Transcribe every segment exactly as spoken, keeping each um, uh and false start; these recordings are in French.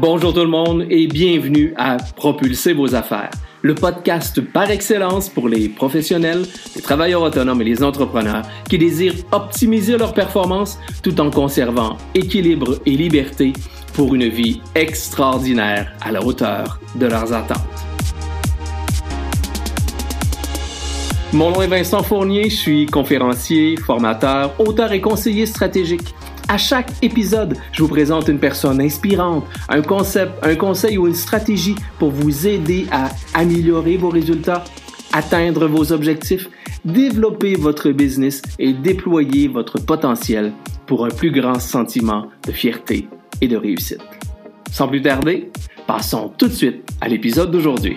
Bonjour tout le monde et bienvenue à Propulser vos affaires, le podcast par excellence pour les professionnels, les travailleurs autonomes et les entrepreneurs qui désirent optimiser leur performance tout en conservant équilibre et liberté pour une vie extraordinaire à la hauteur de leurs attentes. Mon nom est Vincent Fournier, je suis conférencier, formateur, auteur et conseiller stratégique. À chaque épisode, je vous présente une personne inspirante, un concept, un conseil ou une stratégie pour vous aider à améliorer vos résultats, atteindre vos objectifs, développer votre business et déployer votre potentiel pour un plus grand sentiment de fierté et de réussite. Sans plus tarder, passons tout de suite à l'épisode d'aujourd'hui.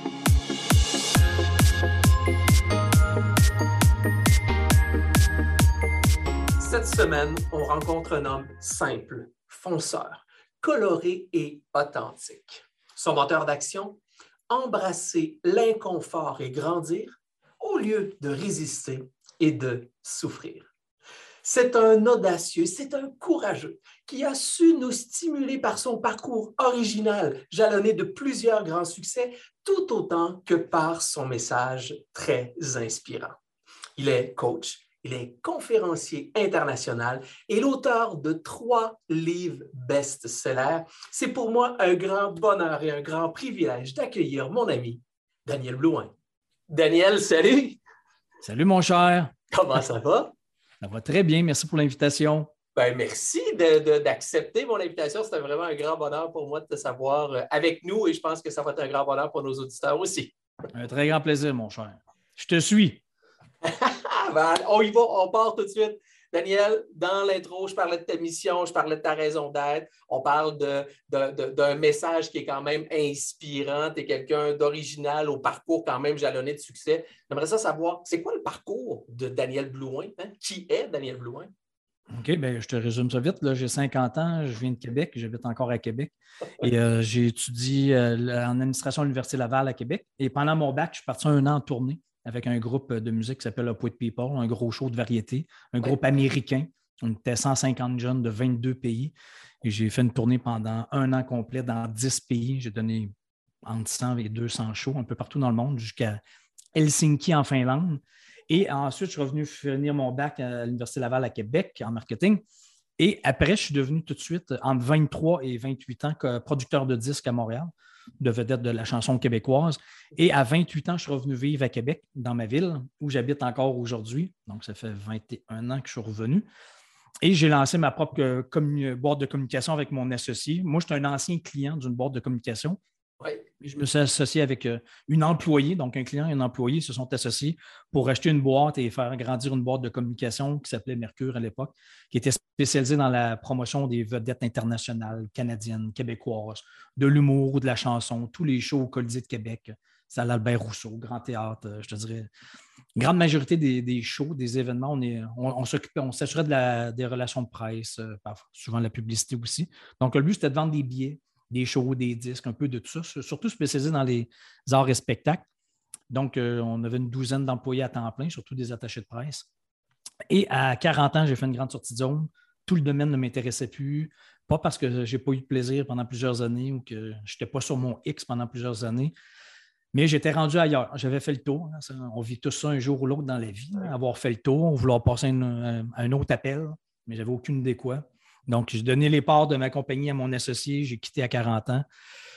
Cette semaine, on rencontre un homme simple, fonceur, coloré et authentique. Son moteur d'action, embrasser l'inconfort et grandir au lieu de résister et de souffrir. C'est un audacieux, c'est un courageux qui a su nous stimuler par son parcours original, jalonné de plusieurs grands succès, tout autant que par son message très inspirant. Il est coach. Il est conférencier international et l'auteur de trois livres best-sellers. C'est pour moi un grand bonheur et un grand privilège d'accueillir mon ami Daniel Blouin. Daniel, salut! Salut mon cher! Comment ça va? Ça va très bien, merci pour l'invitation. Ben, merci de, de, d'accepter mon invitation. C'était vraiment un grand bonheur pour moi de te savoir avec nous et je pense que ça va être un grand bonheur pour nos auditeurs aussi. Un très grand plaisir, mon cher. Je te suis. Ben, on y va, on part tout de suite. Daniel, dans l'intro, je parlais de ta mission, je parlais de ta raison d'être. On parle de, de, de, d'un message qui est quand même inspirant. Tu es quelqu'un d'original au parcours quand même jalonné de succès. J'aimerais ça savoir, c'est quoi le parcours de Daniel Blouin? Hein? Qui est Daniel Blouin? OK, bien, je te résume ça vite. Là, j'ai cinquante ans, je viens de Québec, j'habite encore à Québec. Et euh, j'ai étudié euh, en administration à l'Université Laval à Québec. Et pendant mon bac, je suis parti un an en tournée avec un groupe de musique qui s'appelle Up With People, un gros show de variété, un groupe ouais. américain. On était cent cinquante jeunes de vingt-deux pays. Et j'ai fait une tournée pendant un an complet dans dix pays. J'ai donné entre cent et deux cents shows un peu partout dans le monde, jusqu'à Helsinki en Finlande. Et ensuite, je suis revenu finir mon bac à l'Université Laval à Québec en marketing. Et après, je suis devenu tout de suite, entre vingt-trois et vingt-huit ans, producteur de disques à Montréal, de vedette de la chanson québécoise. Et à vingt-huit ans, je suis revenu vivre à Québec, dans ma ville, où j'habite encore aujourd'hui. Donc, ça fait vingt et un ans que je suis revenu. Et j'ai lancé ma propre commun- boîte de communication avec mon associé. Moi, je suis un ancien client d'une boîte de communication. Oui. Je me suis associé avec une employée, donc un client et un employé se sont associés pour acheter une boîte et faire grandir une boîte de communication qui s'appelait Mercure à l'époque, qui était spécialisée dans la promotion des vedettes internationales, canadiennes, québécoises, de l'humour ou de la chanson, tous les shows au Colisée de Québec, salle Albert Rousseau, Grand Théâtre, je te dirais. Une grande majorité des, des shows, des événements, on, est, on, on s'occupait, on s'assurait de la, des relations de presse, euh, souvent la publicité aussi. Donc, le but, c'était de vendre des billets, des shows, des disques, un peu de tout ça, surtout spécialisé dans les arts et spectacles. Donc, euh, on avait une douzaine d'employés à temps plein, surtout des attachés de presse. Et à quarante ans, j'ai fait une grande sortie de zone. Tout le domaine ne m'intéressait plus, pas parce que je n'ai pas eu de plaisir pendant plusieurs années ou que je n'étais pas sur mon X pendant plusieurs années, mais j'étais rendu ailleurs. J'avais fait le tour. On vit tout ça un jour ou l'autre dans la vie, avoir fait le tour, vouloir passer une, un autre appel, mais je n'avais aucune idée quoi. Donc, j'ai donné les parts de ma compagnie à mon associé. J'ai quitté à quarante ans.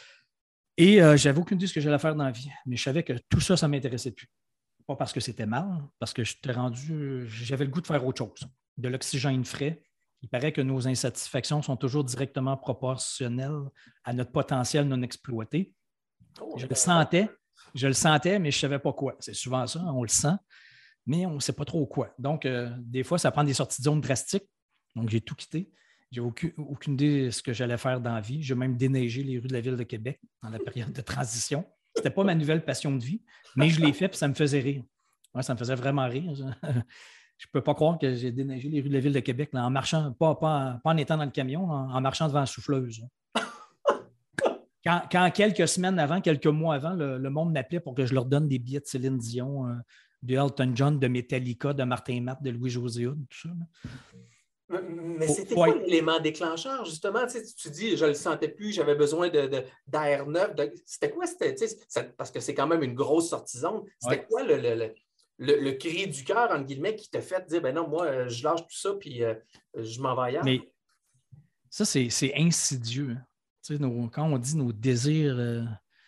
Et euh, je n'avais aucune idée de ce que j'allais faire dans la vie. Mais je savais que tout ça, ça ne m'intéressait plus. Pas parce que c'était mal, parce que j'étais rendu, j'avais le goût de faire autre chose. De l'oxygène frais. Il paraît que nos insatisfactions sont toujours directement proportionnelles à notre potentiel non exploité. Je le sentais, je le sentais, mais je ne savais pas quoi. C'est souvent ça, on le sent, mais on ne sait pas trop quoi. Donc, euh, des fois, ça prend des sorties de zone drastiques. Donc, j'ai tout quitté. Je n'avais aucune, aucune idée de ce que j'allais faire dans la vie. J'ai même déneigé les rues de la ville de Québec dans la période de transition. Ce n'était pas ma nouvelle passion de vie, mais je l'ai fait et ça me faisait rire. Ouais, ça me faisait vraiment rire. Je ne peux pas croire que j'ai déneigé les rues de la ville de Québec là, en marchant, pas, pas, pas en étant dans le camion, en, en marchant devant la souffleuse. Quand, quand quelques semaines avant, quelques mois avant, le, le monde m'appelait pour que je leur donne des billets de Céline Dion, euh, de Elton John, de Metallica, de Martin Matt, de Louis-José Hood, tout ça. Là. Mais Faut, c'était faut quoi être... l'élément déclencheur, justement? Tu sais, tu dis, je ne le sentais plus, j'avais besoin de, de, d'air neuf. De... C'était quoi? C'était, tu sais, ça, parce que c'est quand même une grosse sortie zone. C'était Ouais. quoi le, le, le, le, le cri du cœur, entre guillemets, qui t'a fait dire, ben non, moi, je lâche tout ça, puis euh, je m'en vais ailleurs? Mais ça, c'est, c'est insidieux. Hein. Tu sais, nos, quand on dit nos désirs, euh,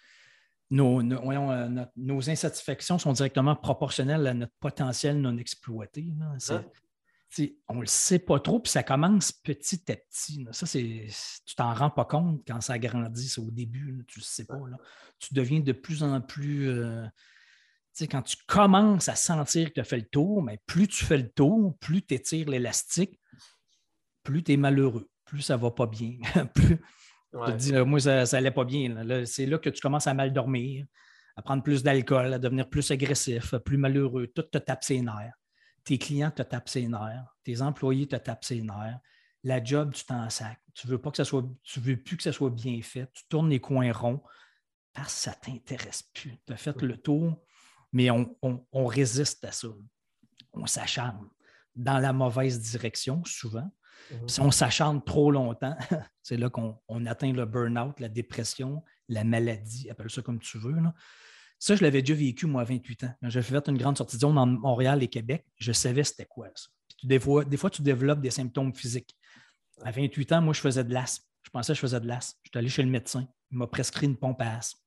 nos, nos, voyons, euh, notre, nos insatisfactions sont directement proportionnelles à notre potentiel non exploité. Là. C'est, Hein? on ne le sait pas trop, puis ça commence petit à petit. Là. Ça, c'est, tu t'en rends pas compte quand ça grandit, c'est au début, là, tu ne le sais pas. Là. Tu deviens de plus en plus. Euh, tu sais, quand tu commences à sentir que tu as fait le tour, mais plus tu fais le tour, plus tu étires l'élastique, plus tu es malheureux, plus ça ne va pas bien. plus, Ouais. je te dis, là, moi, ça n'allait pas bien. Là. Là, c'est là que tu commences à mal dormir, à prendre plus d'alcool, à devenir plus agressif, plus malheureux. Tout te tape ses nerfs. Tes clients te tapent ses nerfs, tes employés te tapent ses nerfs, la job, tu t'en sacs. Tu veux pas que ça soit, tu veux plus que ça soit bien fait, tu tournes les coins ronds parce que ça ne t'intéresse plus. Tu as fait le tour, mais on, on, on résiste à ça. On s'acharne dans la mauvaise direction, souvent. Mm-hmm. Si on s'acharne trop longtemps, c'est là qu'on on atteint le burn-out, la dépression, la maladie, appelle ça comme tu veux, là. Ça, je l'avais déjà vécu, moi, à vingt-huit ans. J'ai fait une grande sortie de zone entre Montréal et Québec. Je savais c'était quoi, ça. Puis des, fois, des fois, tu développes des symptômes physiques. À vingt-huit ans, moi, je faisais de l'asthme. Je pensais que je faisais de l'asthme. Je suis allé chez le médecin. Il m'a prescrit une pompe à asthme.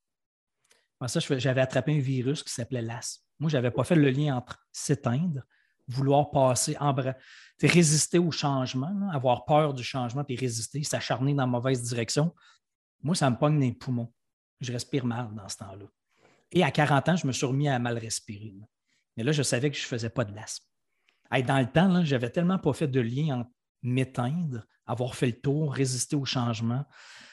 Je pensais que j'avais attrapé un virus qui s'appelait l'asthme. Moi, je n'avais pas fait le lien entre s'éteindre, vouloir passer, embra... résister au changement, là, avoir peur du changement puis résister, s'acharner dans la mauvaise direction. Moi, ça me pogne dans les poumons. Je respire mal dans ce temps-là. Et à quarante ans, je me suis remis à mal respirer. Mais là, je savais que je ne faisais pas de l'asthme. Dans le temps, je n'avais tellement pas fait de lien entre m'éteindre, avoir fait le tour, résister au changement,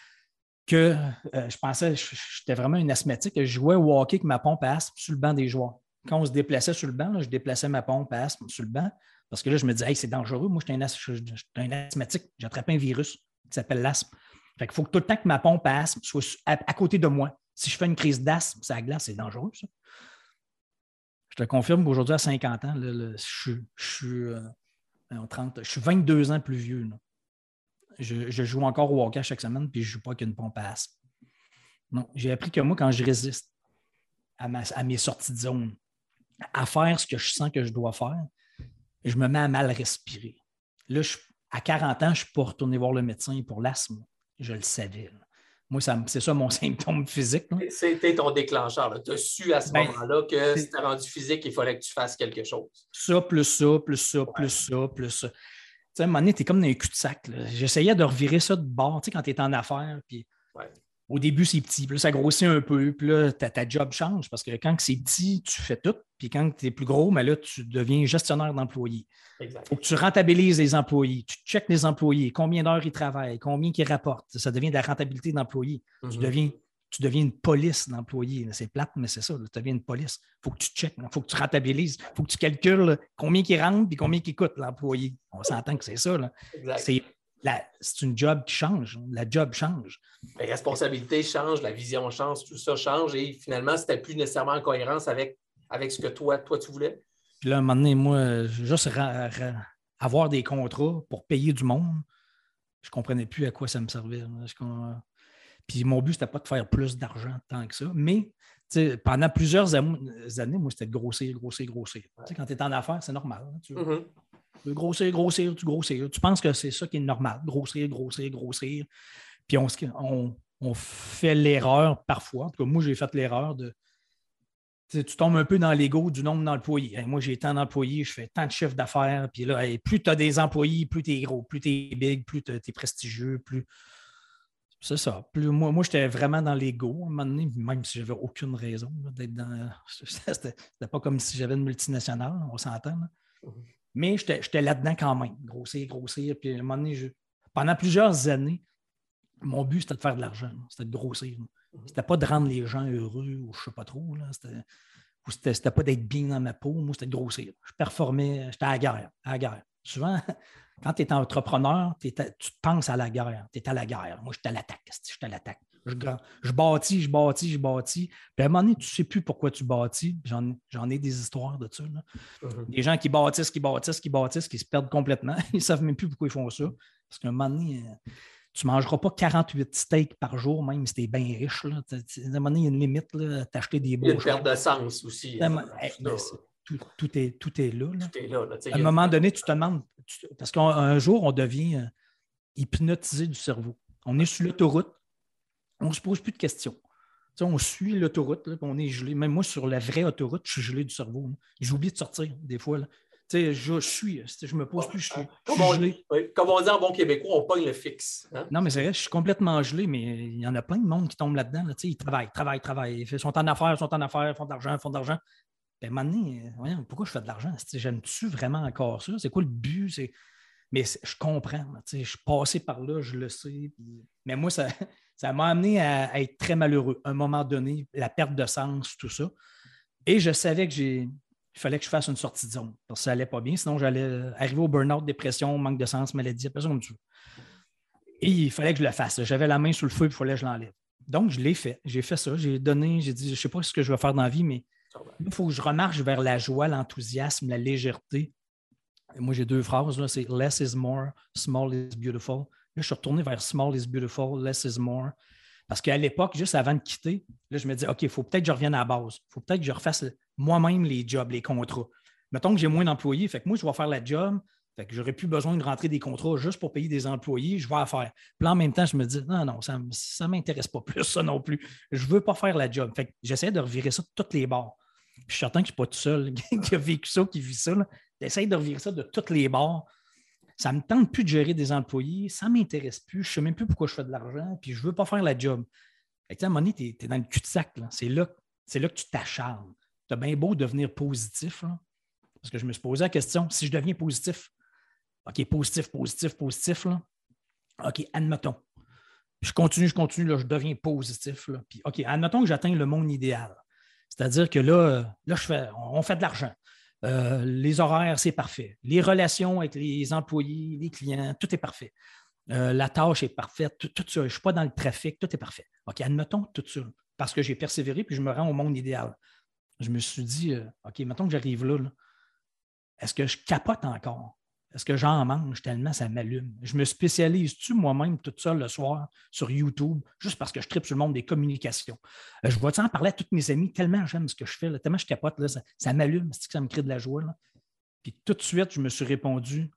que euh, je pensais que j'étais vraiment une asthmatique. Je jouais au hockey avec ma pompe à asthme sur le banc des joueurs. Quand on se déplaçait sur le banc, là, je déplaçais ma pompe à asthme sur le banc parce que là, je me disais, hey, c'est dangereux. Moi, j'étais un, un asthmatique. J'ai attrapé un virus qui s'appelle l'asthme. Fait qu'il faut que tout le temps que ma pompe à asthme soit à, à côté de moi. Si je fais une crise d'asthme, ça glace, c'est dangereux, ça. Je te confirme qu'aujourd'hui, à cinquante ans, là, là, je, je, suis, euh, trente, je suis vingt-deux ans plus vieux. Là. Je, je joue encore au hockey chaque semaine, puis je ne joue pas qu'une pompe à asthme. Non, j'ai appris que moi, quand je résiste à, ma, à mes sorties de zone, à faire ce que je sens que je dois faire, je me mets à mal respirer. Là, je, à quarante ans, je ne suis pas retourné voir le médecin pour l'asthme. Je le savais. Là. Moi, ça, c'est ça mon symptôme physique. Là. C'était ton déclencheur. Tu as su à ce ben, moment-là que c'était rendu physique, il fallait que tu fasses quelque chose. Ça, plus ça, plus ça, ouais. plus ça, plus ça. Tu sais, à un moment donné, tu es comme dans un cul-de-sac. Là. J'essayais de revirer ça de bord, tu sais, quand tu es en affaires. Puis ouais. Au début, c'est petit. Puis là, ça grossit un peu. Puis là, ta, ta job change parce que quand c'est petit, tu fais tout. Puis quand tu es plus gros, mais là, tu deviens gestionnaire d'employés. Il faut que tu rentabilises les employés. Tu checkes les employés. Combien d'heures ils travaillent, combien ils rapportent. Ça devient de la rentabilité d'employés. Mm-hmm. Tu, deviens, tu deviens une police d'employés. C'est plate, mais c'est ça. Tu deviens une police. Il faut que tu checkes. Il faut que tu rentabilises. Il faut que tu calcules combien ils rentrent et combien ils coûtent l'employé. On s'entend que c'est ça. Là. C'est, la, c'est une job qui change. La job change. Les responsabilités changent, la vision change, tout ça change et finalement, c'était plus nécessairement en cohérence avec, avec ce que toi, toi, tu voulais. Puis là, à un moment donné, moi, juste ra- ra- avoir des contrats pour payer du monde, je ne comprenais plus à quoi ça me servait. Je, puis mon but, ce n'était pas de faire plus d'argent tant que ça. Mais pendant plusieurs années, moi, c'était de grossir, grossir, grossir. Ouais. Quand tu es en affaires, c'est normal. Hein, tu, mm-hmm. tu veux grossir, grossir, tu grossir. Tu penses que c'est ça qui est normal, grossir, grossir, grossir. Puis on, on, on fait l'erreur parfois. En tout cas, moi, j'ai fait l'erreur de tu tombes un peu dans l'ego du nombre d'employés. Hey, moi, j'ai tant d'employés, je fais tant de chiffres d'affaires. Puis là, hey, plus tu as des employés, plus tu es gros, plus tu es big, plus tu es prestigieux, plus. C'est ça. Plus, moi, moi j'étais vraiment dans l'ego à un moment donné, même si j'avais aucune raison là, d'être dans. C'était, c'était pas comme si j'avais une multinationale, on s'entend. Là. Mm-hmm. Mais j'étais, j'étais là-dedans quand même. Grossir, grossir. Puis à un moment donné, je... pendant plusieurs années, mon but, c'était de faire de l'argent. C'était de grossir. C'était pas de rendre les gens heureux ou je sais pas trop. Là. C'était, ou c'était, c'était pas d'être bien dans ma peau. Moi, c'était de grossir. Je performais. J'étais à la guerre. À la guerre. Souvent, quand tu es entrepreneur, t'es à, tu te penses à la guerre. Tu es à la guerre. Moi, je suis à l'attaque. Je suis à l'attaque. Je, je bâtis, je bâtis, je bâtis. Puis à un moment donné, tu ne sais plus pourquoi tu bâtis. J'en, j'en ai des histoires de ça. Là. Mm-hmm. Des gens qui bâtissent, qui bâtissent, qui bâtissent, qui se perdent complètement. Ils ne savent même plus pourquoi ils font ça. Parce qu'à un moment donné, tu ne mangeras pas quarante-huit steaks par jour, même si tu es bien riche. Là. À un moment donné, il y a une limite. T'acheter des beaux. Il y a une perte de sens aussi. Hein, hey, tout, tout, est, tout est là. là. Tout est là, là à un moment une... donné, tu te demandes. Tu, parce qu'un jour, on devient hypnotisé du cerveau. On est sur l'autoroute. On ne se pose plus de questions. T'sais, on suit l'autoroute, là, on est gelé. Même moi, sur la vraie autoroute, je suis gelé du cerveau. Là. J'ai oublié de sortir des fois. Là. Je, je suis, je me pose plus, je suis, je suis on, gelé. Oui, comme on dit en bon québécois, on pogne le fixe. Hein? Non, mais c'est vrai, je suis complètement gelé, mais il y en a plein de monde qui tombe là-dedans. Là, ils travaillent, travaillent, travaillent. Ils sont en affaires, sont en affaires, font de l'argent, font de l'argent. Puis à un moment donné, voyons, pourquoi je fais de l'argent? J'aime-tu vraiment encore ça? C'est quoi le but? C'est... Mais je comprends. Je suis passé par là, je le sais. Puis... Mais moi, ça... Ça m'a amené à, à être très malheureux. À un moment donné, la perte de sens, tout ça. Et je savais que j'ai, il fallait que je fasse une sortie de zone. Parce que ça n'allait pas bien. Sinon, j'allais arriver au burn-out, dépression, manque de sens, maladie, appelle ça comme tu veux. Et il fallait que je le fasse. J'avais la main sur le feu, il fallait que je l'enlève. Donc, je l'ai fait. J'ai fait ça. J'ai donné, j'ai dit, je ne sais pas ce que je vais faire dans la vie, mais il faut que je remarche vers la joie, l'enthousiasme, la légèreté. Et moi, j'ai deux phrases. Là, c'est « less is more, small is beautiful ». Là, je suis retourné vers small is beautiful, less is more. Parce qu'à l'époque, juste avant de quitter, là, je me disais, OK, il faut peut-être que je revienne à la base. Il faut peut-être que je refasse moi-même les jobs, les contrats. Mettons que j'ai moins d'employés, fait que moi, je vais faire la job. Fait que j'aurais plus besoin de rentrer des contrats juste pour payer des employés. Je vais la faire. Puis là, en même temps, je me dis, non, non, ça ne m'intéresse pas plus, ça non plus. Je ne veux pas faire la job. Fait que j'essaie de revirer ça de toutes les bords. Puis je suis certain que je ne suis pas tout seul qui a vécu ça, qui vit ça. J'essaie de revirer ça de toutes les bords. Ça ne me tente plus de gérer des employés, ça ne m'intéresse plus, je ne sais même plus pourquoi je fais de l'argent, puis je ne veux pas faire la job. Fait que, à un moment donné, tu es, es dans le cul-de-sac. Là. C'est, là, c'est là que tu t'acharnes. Tu as bien beau devenir positif, là, parce que je me suis posé la question, si je deviens positif, OK, positif, positif, positif, là, OK, admettons. Je continue, je continue, là, je deviens positif. Là, puis, OK, admettons que j'atteins le monde idéal. C'est-à-dire que là, là je fais, on fait de l'argent. Euh, les horaires, c'est parfait. Les relations avec les employés, les clients, tout est parfait. Euh, la tâche est parfaite, tout, tout ça. Je ne suis pas dans le trafic, tout est parfait. OK, admettons tout ça, parce que j'ai persévéré puis je me rends au monde idéal. Je me suis dit, euh, OK, mettons que j'arrive là, là, est-ce que je capote encore? Est-ce que j'en mange tellement ça m'allume? Je me spécialise-tu moi-même toute seule le soir sur YouTube juste parce que je tripe sur le monde des communications? Euh, je vais-tu en parler à tous mes amis tellement j'aime ce que je fais, là, tellement je capote, là, ça, ça m'allume, c'est que ça me crée de la joie. Là. Puis tout de suite, je me suis répondu,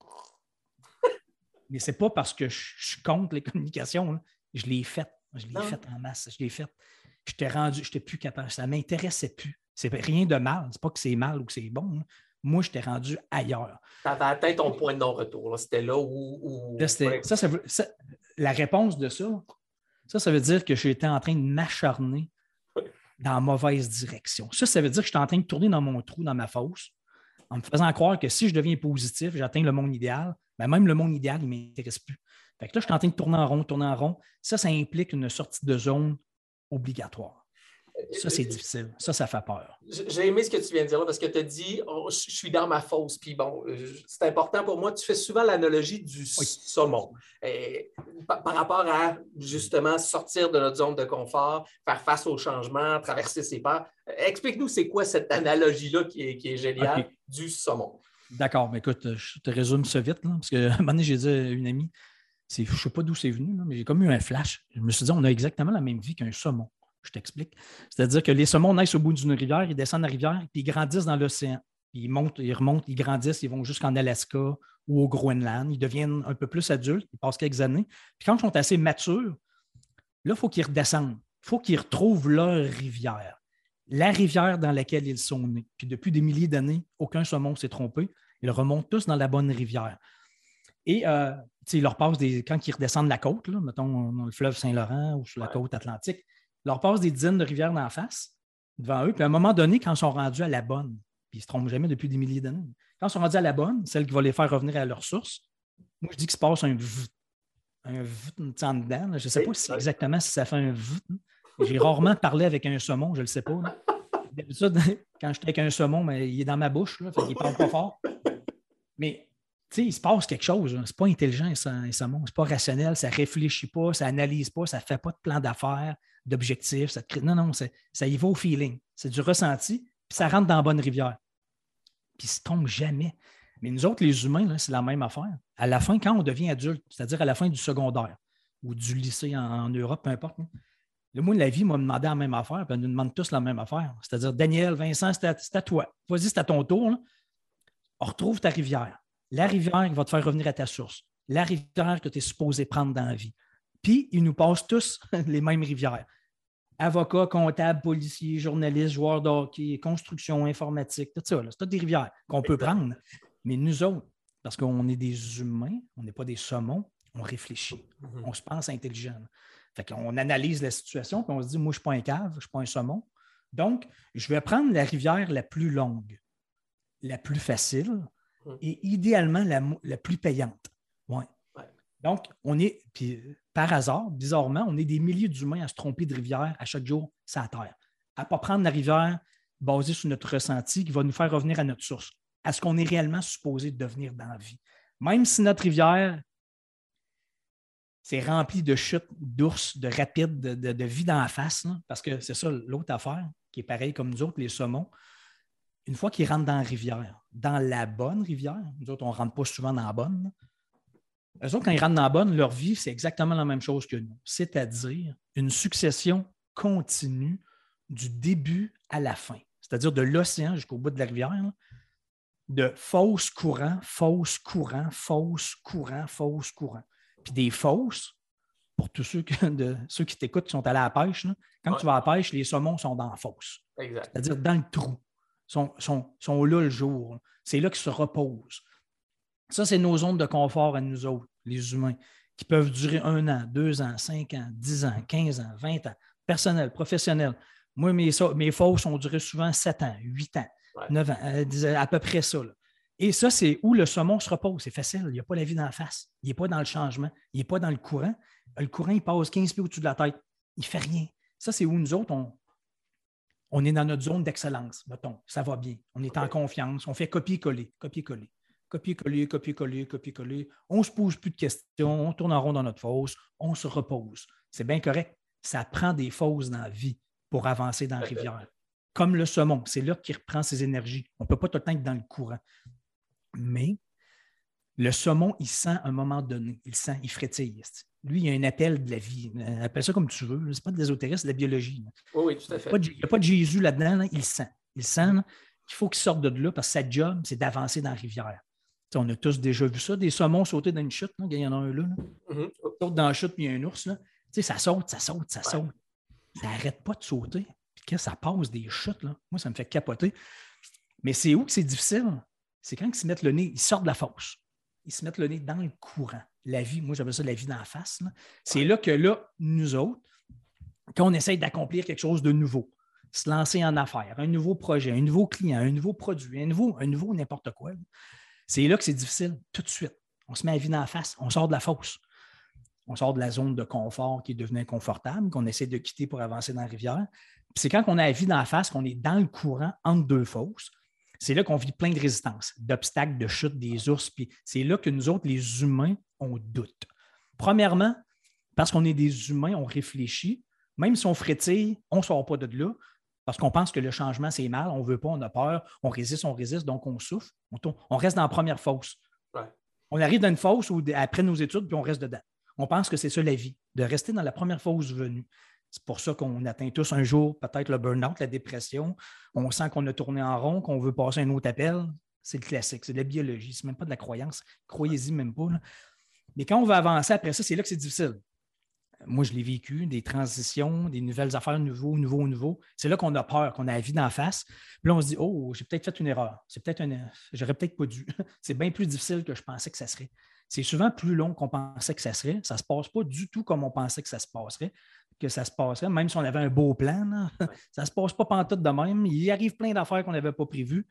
mais c'est pas parce que je, je suis contre les communications, là. Je l'ai fait, je l'ai fait en masse, je l'ai fait. Je t'ai rendu, je n'étais plus capable, ça ne m'intéressait plus. C'est rien de mal, c'est pas que c'est mal ou que c'est bon, là. Moi, je t'ai rendu ailleurs. Tu avais atteint ton point de non-retour. Là. C'était là où... où... Là, c'était, ça, ça, veut, ça, la réponse de ça, ça, ça veut dire que j'étais en train de m'acharner dans la mauvaise direction. Ça, ça veut dire que j'étais en train de tourner dans mon trou, dans ma fosse, en me faisant croire que si je deviens positif, j'atteins le monde idéal, ben même le monde idéal, il ne m'intéresse plus. Fait que là, je suis en train de tourner en rond, tourner en rond. Ça, ça implique une sortie de zone obligatoire. Ça, c'est difficile. Ça, ça fait peur. J'ai aimé ce que tu viens de dire là parce que tu as dit oh, je suis dans ma fosse. Puis bon, c'est important pour moi. Tu fais souvent l'analogie du oui. saumon. Et, par, par rapport à justement sortir de notre zone de confort, faire face au changement, traverser ses peurs. Explique-nous, c'est quoi cette analogie-là qui est, qui est géniale okay. du saumon? D'accord, mais écoute, je te résume ça vite, là, parce qu'à un moment donné, j'ai dit à une amie, c'est, je ne sais pas d'où c'est venu, là, mais j'ai comme eu un flash. Je me suis dit, on a exactement la même vie qu'un saumon. Je t'explique. C'est-à-dire que les saumons naissent au bout d'une rivière, ils descendent la rivière, puis ils grandissent dans l'océan. Puis ils montent, ils remontent, ils grandissent, ils vont jusqu'en Alaska ou au Groenland. Ils deviennent un peu plus adultes, ils passent quelques années. Puis quand ils sont assez matures, là, il faut qu'ils redescendent. Il faut qu'ils retrouvent leur rivière. La rivière dans laquelle ils sont nés. Puis depuis des milliers d'années, aucun saumon ne s'est trompé. Ils remontent tous dans la bonne rivière. Et euh, ils leur passent des. Quand ils redescendent la côte, là, mettons dans le fleuve Saint-Laurent ou sur la côte atlantique, ils leur passent des dizaines de rivières d'en face devant eux. Puis à un moment donné, quand ils sont rendus à la bonne, puis ils ne se trompent jamais depuis des milliers d'années, quand ils sont rendus à la bonne, celle qui va les faire revenir à leur source, moi je dis qu'il se passe un v, un v en dedans. Là. Je ne sais pas si exactement si ça fait un v. J'ai rarement parlé avec un saumon, je ne le sais pas. Là. D'habitude, quand je suis avec un saumon, mais il est dans ma bouche, là, fait qu'il ne parle pas fort. Mais sais, il se passe quelque chose. Ce n'est pas intelligent, ça, un saumon. Ce n'est pas rationnel, ça ne réfléchit pas, ça n'analyse pas, ça ne fait pas de plan d'affaires, d'objectifs. Ça crée... Non, non, ça y va au feeling. C'est du ressenti, puis ça rentre dans la bonne rivière. Puis il ne se trompe jamais. Mais nous autres, les humains, là, c'est la même affaire. À la fin, quand on devient adulte, c'est-à-dire à la fin du secondaire ou du lycée en, en Europe, peu importe, hein, le mot de la vie m'a demandé la même affaire, puis elle nous demande tous la même affaire. C'est-à-dire, Daniel, Vincent, c'est à, c'est à toi. Vas-y, c'est à ton tour. Là. On retrouve ta rivière. La rivière qui va te faire revenir à ta source. La rivière que tu es supposé prendre dans la vie. Puis, ils nous passent tous les mêmes rivières. Avocats, comptables, policiers, journalistes, joueurs de hockey, construction, informatique, tout ça. C'est toutes des rivières qu'on peut prendre. Mais nous autres, parce qu'on est des humains, on n'est pas des saumons, on réfléchit. Mm-hmm. On se pense intelligent. Fait qu'on analyse la situation et on se dit, moi, je ne suis pas un cave, je ne suis pas un saumon. Donc, je vais prendre la rivière la plus longue, la plus facile et idéalement la, la plus payante. Ouais. Ouais. Donc, on est, puis par hasard, bizarrement, on est des milliers d'humains à se tromper de rivière à chaque jour sur la Terre. À ne pas prendre la rivière basée sur notre ressenti qui va nous faire revenir à notre source, à ce qu'on est réellement supposé devenir dans la vie. Même si notre rivière, c'est rempli de chutes, d'ours, de rapides, de, de, de vie dans la face, là, parce que c'est ça l'autre affaire, qui est pareil comme nous autres, les saumons. Une fois qu'ils rentrent dans la rivière, dans la bonne rivière, nous autres, on ne rentre pas souvent dans la bonne. Là. Eux autres, quand ils rentrent dans la bonne, leur vie, c'est exactement la même chose que nous, c'est-à-dire une succession continue du début à la fin, c'est-à-dire de l'océan jusqu'au bout de la rivière, là, de fausses courants, fausses courants, fausses courants, fausses courants. Puis des fosses, pour tous ceux, que, de, ceux qui t'écoutent qui sont allés à la pêche, là, quand ouais. tu vas à la pêche, les saumons sont dans la fosse. Exact. C'est-à-dire dans le trou. Ils sont, sont, sont là le jour. C'est là qu'ils se reposent. Ça, c'est nos zones de confort à nous autres, les humains, qui peuvent durer un an, deux ans, cinq ans, dix ans, quinze ans, vingt ans, personnel, professionnel. Moi, mes, mes fosses ont duré souvent sept ans, huit ans, ouais. neuf ans, euh, à peu près ça. Là. Et ça, c'est où le saumon se repose. C'est facile. Il n'y a pas la vie dans la face. Il n'est pas dans le changement. Il n'est pas dans le courant. Le courant, il passe quinze pieds au-dessus de la tête. Il ne fait rien. Ça, c'est où nous autres, on, on est dans notre zone d'excellence. Mettons, ça va bien. On est okay. en confiance. On fait copier-coller, copier-coller, copier-coller, copier-coller, copier-coller. On ne se pose plus de questions. On tourne en rond dans notre fosse. On se repose. C'est bien correct. Ça prend des fosses dans la vie pour avancer dans la rivière. Comme le saumon. C'est là qu'il reprend ses énergies. On ne peut pas tout le temps être dans le courant. Mais le saumon, il sent à un moment donné, il sent, il frétille. Lui, il y a un appel de la vie. Appelle ça comme tu veux. Ce n'est pas de l'ésotérisme, c'est de la biologie. Oui, oui, tout à fait. Il n'y a pas de Jésus là-dedans. Là. Il sent. Il sent là, qu'il faut qu'il sorte de là parce que sa job, c'est d'avancer dans la rivière. T'sais, on a tous déjà vu ça, des saumons sauter dans une chute. Là. Il y en a un là. là. Mm-hmm. Il saute dans la chute, puis il y a un ours. Là. Ça saute, ça saute, ça saute. Ouais. Ça n'arrête pas de sauter. Puis quand ça passe des chutes, là, moi, ça me fait capoter. Mais c'est où que c'est difficile? C'est quand ils se mettent le nez, ils sortent de la fosse. Ils se mettent le nez dans le courant. La vie, moi, j'appelle ça la vie dans la face. Là. C'est ouais. là que là, nous autres, quand on essaye d'accomplir quelque chose de nouveau, se lancer en affaires, un nouveau projet, un nouveau client, un nouveau produit, un nouveau, un nouveau n'importe quoi, là, c'est là que c'est difficile tout de suite. On se met la vie dans la face, on sort de la fosse. On sort de la zone de confort qui est devenue inconfortable, qu'on essaie de quitter pour avancer dans la rivière. Puis c'est quand on a la vie dans la face, qu'on est dans le courant entre deux fosses. C'est là qu'on vit plein de résistances, d'obstacles, de chutes, des ours. Puis c'est là que nous autres, les humains, on doute. Premièrement, parce qu'on est des humains, on réfléchit. Même si on frétille, on ne sort pas de là parce qu'on pense que le changement, c'est mal. On ne veut pas, on a peur, on résiste, on résiste, donc on souffre. On, tourne, on reste dans la première fosse. Ouais. On arrive dans une fosse où, après nos études, puis on reste dedans. On pense que c'est ça la vie, de rester dans la première fosse venue. C'est pour ça qu'on atteint tous un jour peut-être le burn-out, la dépression. On sent qu'on a tourné en rond, qu'on veut passer un autre appel. C'est le classique, c'est de la biologie, c'est même pas de la croyance. Croyez-y même pas. Là. Mais quand on va avancer après ça, c'est là que c'est difficile. Moi, je l'ai vécu, des transitions, des nouvelles affaires, nouveau, nouveau, nouveau. C'est là qu'on a peur, qu'on a la vie d'en face. Puis là, on se dit, oh, j'ai peut-être fait une erreur. C'est peut-être une... J'aurais peut-être pas dû. C'est bien plus difficile que je pensais que ça serait. C'est souvent plus long qu'on pensait que ça serait. Ça ne se passe pas du tout comme on pensait que ça se passerait. que ça se passerait, même si on avait un beau plan. Là, ça ne se passe pas pantoute de même. Il y arrive plein d'affaires qu'on n'avait pas prévues.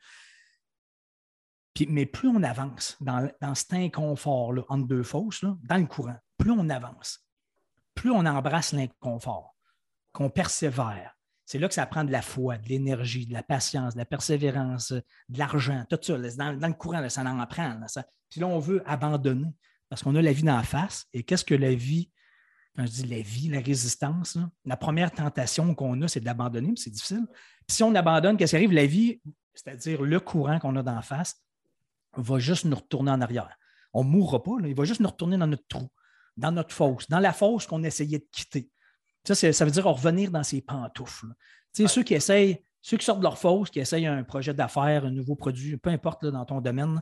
Puis, mais plus on avance dans, dans cet inconfort-là, entre deux fosses, là, dans le courant, plus on avance, plus on embrasse l'inconfort, qu'on persévère, c'est là que ça prend de la foi, de l'énergie, de la patience, de la persévérance, de l'argent, tout ça. Là, dans, dans le courant, là, ça en prend. Là, ça. Puis là, on veut abandonner parce qu'on a la vie d'en face. Et qu'est-ce que la vie, quand je dis la vie, la résistance, là, la première tentation qu'on a, c'est d'abandonner, puis c'est difficile. Puis si on abandonne, qu'est-ce qui arrive? La vie, c'est-à-dire le courant qu'on a d'en face, va juste nous retourner en arrière. On ne mourra pas, là, il va juste nous retourner dans notre trou, dans notre fosse, dans la fosse qu'on essayait de quitter. Ça, ça veut dire revenir dans ses pantoufles. Tu sais, ouais. Ceux qui essayent, ceux qui sortent de leur fosse, qui essayent un projet d'affaires, un nouveau produit, peu importe là, dans ton domaine,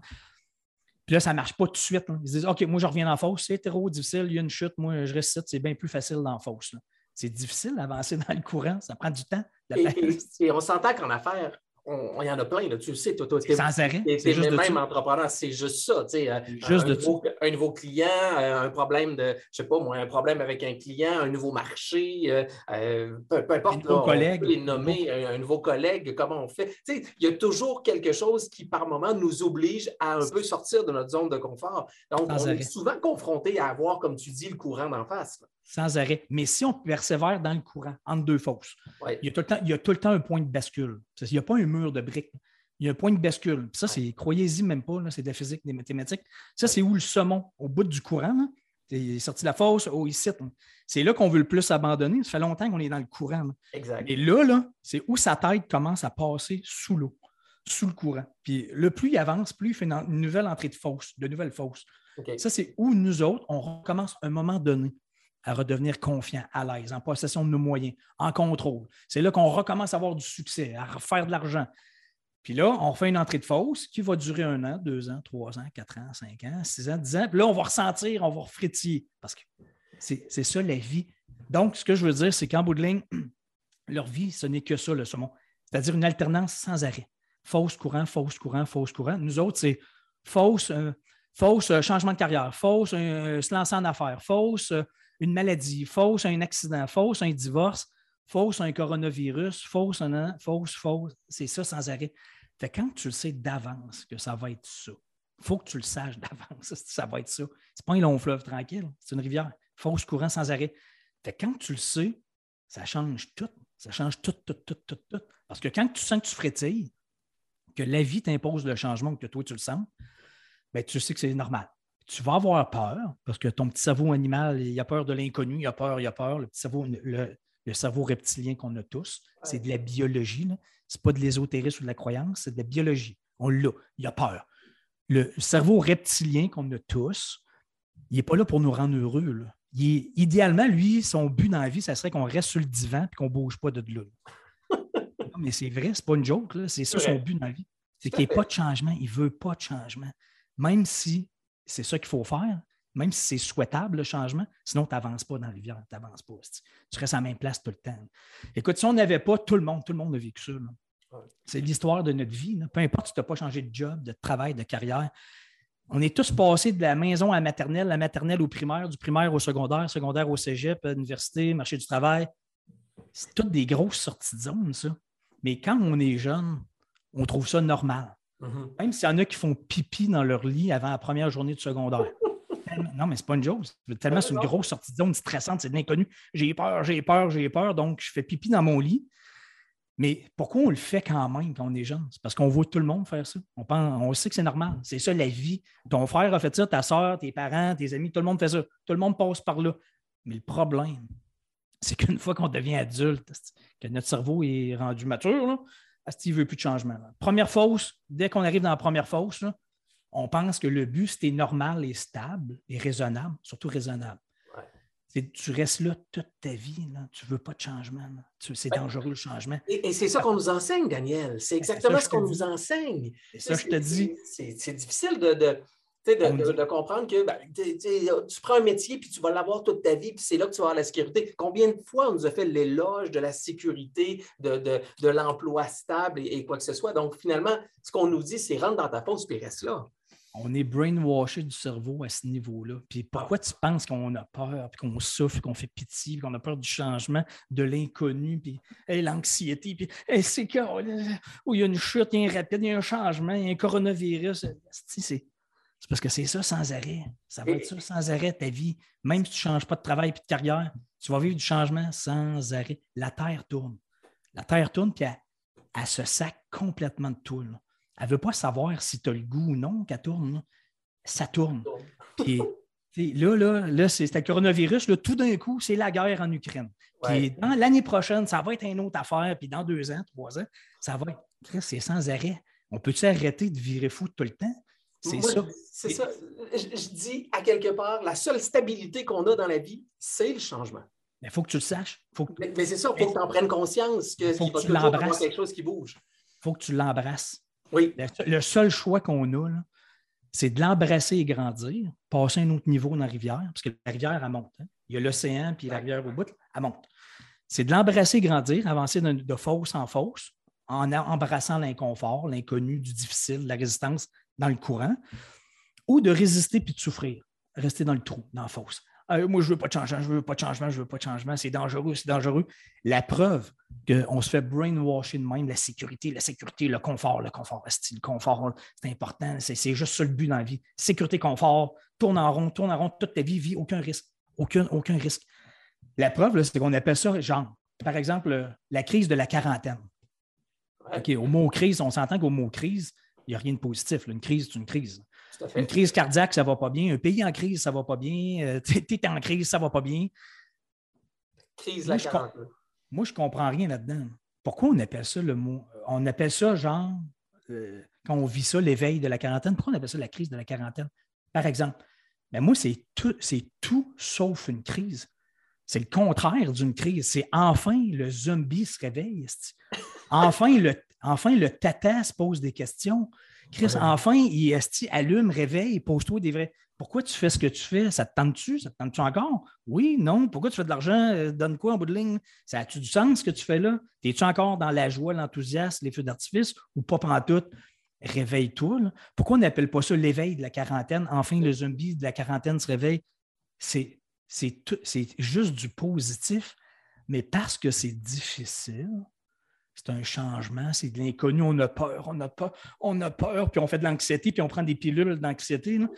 puis là, ça ne marche pas tout de suite. Là. Ils se disent, OK, moi, je reviens dans la fosse, c'est trop difficile, il y a une chute, moi, je reste ici, c'est bien plus facile dans la fosse. Là. C'est difficile d'avancer dans le courant, ça prend du temps. Et, et, et on s'entend qu'en affaires, on, il y en a plein, là, tu le sais. Toi, toi, c'est sans arrêt. C'est, c'est juste même entrepreneur, c'est juste ça. Tu sais, juste un, de nouveau, un nouveau client, un problème de, je sais pas moi, un problème avec un client, un nouveau marché, euh, peu, peu importe, là, on peut les nommer, nouveau... un, un nouveau collègue, comment on fait. Tu sais, il y a toujours quelque chose qui, par moment, nous oblige à un peu sortir de notre zone de confort. Donc, sans on arrêt. Est souvent confronté à avoir, comme tu dis, le courant d'en face. Là. Sans arrêt. Mais si on persévère dans le courant, entre deux fosses, ouais. il, y a tout le temps, il y a tout le temps un point de bascule. Il n'y a pas un mur de briques. Il y a un point de bascule. Puis ça, c'est, croyez-y même pas, là, c'est de la physique, des mathématiques. Ça, c'est où le saumon, au bout du courant, là, il est sorti de la fosse, oh, ici. Là. C'est là qu'on veut le plus abandonner. Ça fait longtemps qu'on est dans le courant. Là. Exact. Et là, là, c'est où sa tête commence à passer sous l'eau, sous le courant. Puis le plus il avance, plus il fait une nouvelle entrée de fosse, de nouvelles fosses. Okay. Ça, c'est où nous autres, on recommence à un moment donné à redevenir confiant, à l'aise, en possession de nos moyens, en contrôle. C'est là qu'on recommence à avoir du succès, à faire de l'argent. Puis là, on fait une entrée de fosse qui va durer un an, deux ans, trois ans, quatre ans, cinq ans, six ans, dix ans. Puis là, on va ressentir, on va refrétiller. Parce que c'est, c'est ça, la vie. Donc, ce que je veux dire, c'est qu'en bout de ligne, leur vie, ce n'est que ça, le saumon. C'est-à-dire une alternance sans arrêt. Fausse courant, fausse courant, fausse courant. Nous autres, c'est fausse, euh, fausse euh, changement de carrière, fausse euh, se lancer en affaires, fausse euh, une maladie, fausse un accident, fausse un divorce, fausse un coronavirus, fausse un an, fausse, fausse. C'est ça sans arrêt. Fait que quand tu le sais d'avance que ça va être ça, il faut que tu le saches d'avance, ça va être ça. C'est pas un long fleuve tranquille, c'est une rivière. Fausse courant sans arrêt. Fait que quand tu le sais, ça change tout. Ça change tout, tout, tout, tout, tout. Parce que quand tu sens que tu frétilles, que la vie t'impose le changement, que toi tu le sens, bien, tu sais que c'est normal. Tu vas avoir peur, parce que ton petit cerveau animal, il a peur de l'inconnu, il a peur, il a peur. Le petit cerveau, le, le cerveau reptilien qu'on a tous, c'est de la biologie. Là. C'est pas de l'ésotérisme ou de la croyance, c'est de la biologie. On l'a, il a peur. Le cerveau reptilien qu'on a tous, il n'est pas là pour nous rendre heureux. Là. Il est, idéalement, lui, son but dans la vie, ça serait qu'on reste sur le divan et qu'on ne bouge pas de là. Non, mais c'est vrai, c'est pas une joke. Là. C'est ça son but dans la vie. C'est qu'il n'y ait pas de changement. Il ne veut pas de changement. Même si c'est ça qu'il faut faire, même si c'est souhaitable, le changement, sinon tu n'avances pas dans la rivière, tu n'avances pas. Tu restes à la même place tout le temps. Écoute, si on n'avait pas tout le monde, tout le monde a vécu ça. Là. C'est l'histoire de notre vie. Là. Peu importe si tu n'as pas changé de job, de travail, de carrière. On est tous passés de la maison à la maternelle, la maternelle au primaire, du primaire au secondaire, secondaire au cégep, à l'université, marché du travail. C'est toutes des grosses sorties de zone, ça. Mais quand on est jeune, on trouve ça normal. Mm-hmm. Même s'il y en a qui font pipi dans leur lit avant la première journée de secondaire. Non, mais c'est pas une joke. Tellement c'est une grosse sortie de zone stressante, c'est de l'inconnu. J'ai peur, j'ai peur, j'ai peur, donc je fais pipi dans mon lit. Mais pourquoi on le fait quand même quand on est jeune? C'est parce qu'on voit tout le monde faire ça. On, pense, on sait que c'est normal. C'est ça la vie. Ton frère a fait ça, ta soeur, tes parents, tes amis, tout le monde fait ça. Tout le monde passe par là. Mais le problème, c'est qu'une fois qu'on devient adulte, que notre cerveau est rendu mature, là, il ne veut plus de changement. Là. Première fosse, dès qu'on arrive dans la première fosse, là, on pense que le but, c'était normal et stable et raisonnable, surtout raisonnable. Ouais. C'est, tu restes là toute ta vie. Là. Tu ne veux pas de changement. Tu, c'est ouais. dangereux le changement. Et, et c'est ça qu'on nous enseigne, Daniel. C'est exactement ça, ce qu'on nous enseigne. C'est ça, je te dis. C'est, c'est, c'est difficile de... de... De, de, de comprendre que ben, tu prends un métier puis tu vas l'avoir toute ta vie, puis c'est là que tu vas avoir la sécurité. Combien de fois on nous a fait l'éloge de la sécurité, de, de, de l'emploi stable et, et quoi que ce soit. Donc, finalement, ce qu'on nous dit, c'est rentre dans ta fosse puis reste là. On est brainwashé du cerveau à ce niveau-là. Puis pourquoi ah. tu penses qu'on a peur, puis qu'on souffre, qu'on fait pitié, puis qu'on a peur du changement, de l'inconnu, puis hey, l'anxiété, puis hey, c'est que où il y a une chute, il y a un rapide, il y a un changement, il y a un coronavirus. C'est, c'est C'est parce que c'est ça sans arrêt. Ça va être ça sans arrêt, ta vie. Même si tu ne changes pas de travail et de carrière, tu vas vivre du changement sans arrêt. La Terre tourne. La Terre tourne, puis elle, elle se sac complètement de tout. Là. Elle ne veut pas savoir si tu as le goût ou non qu'elle tourne. Là. Ça tourne. Puis là, là, là c'est le coronavirus. Là, tout d'un coup, c'est la guerre en Ukraine. Puis ouais. dans l'année prochaine, ça va être une autre affaire. Puis dans deux ans, trois ans, ça va être. C'est sans arrêt. On peut-tu arrêter de virer fou tout le temps? C'est Moi, ça. C'est ça. Je, je dis, à quelque part, la seule stabilité qu'on a dans la vie, c'est le changement. Mais il faut que tu le saches. Faut que... Mais, mais c'est ça, il faut que tu en prennes conscience qu'il faut va que tu toujours l'embrasses. avoir quelque chose qui bouge. Il faut que tu l'embrasses. Oui. Le, le seul choix qu'on a, là, c'est de l'embrasser et grandir, passer à un autre niveau dans la rivière, parce que la rivière, elle monte. Hein? Il y a l'océan, puis la rivière au bout, elle monte. C'est de l'embrasser et grandir, avancer de, de fosse en fosse, en embrassant l'inconfort, l'inconnu, du difficile, la résistance dans le courant, ou de résister puis de souffrir, rester dans le trou, dans la fosse. Euh, moi, je ne veux pas de changement, je ne veux pas de changement, je ne veux pas de changement, c'est dangereux, c'est dangereux. La preuve qu'on se fait brainwasher de même, la sécurité, la sécurité, le confort, le confort, le confort, c'est important, c'est, c'est juste ça le but dans la vie. Sécurité, confort, tourne en rond, tourne en rond toute ta vie, vie, aucun risque, aucun, aucun risque. La preuve, là, c'est qu'on appelle ça, genre, par exemple, la crise de la quarantaine. OK, au mot crise, on s'entend qu'au mot crise, il n'y a rien de positif. Là. Une crise, c'est une crise. Une crise cardiaque, ça ne va pas bien. Un pays en crise, ça ne va pas bien. Euh, tu es en crise, ça ne va pas bien. Crise moi, la je quarantaine. Com- moi, je ne comprends rien là-dedans. Pourquoi on appelle ça le mot? On appelle ça genre, euh, quand on vit ça, l'éveil de la quarantaine, pourquoi on appelle ça la crise de la quarantaine? Par exemple, ben moi, c'est tout, c'est tout sauf une crise. C'est le contraire d'une crise. C'est enfin le zombie se réveille. Enfin le, enfin, le tata se pose des questions. Chris, ouais. enfin, il esti, allume, réveille, pose-toi des vrais. Pourquoi tu fais ce que tu fais? Ça te tente-tu? Ça te tente-tu encore? Oui, non. Pourquoi tu fais de l'argent? Donne quoi en bout de ligne? Ça a-tu du sens ce que tu fais là? Es-tu encore dans la joie, l'enthousiasme, les feux d'artifice ou pas pantoute? Réveille-toi. Là. Pourquoi on n'appelle pas ça l'éveil de la quarantaine? Enfin, le zombie de la quarantaine se réveille. C'est, c'est, tout, c'est juste du positif, mais parce que c'est difficile, c'est un changement, c'est de l'inconnu, on a peur, on a peur, on a peur, puis on fait de l'anxiété, puis on prend des pilules d'anxiété. Là.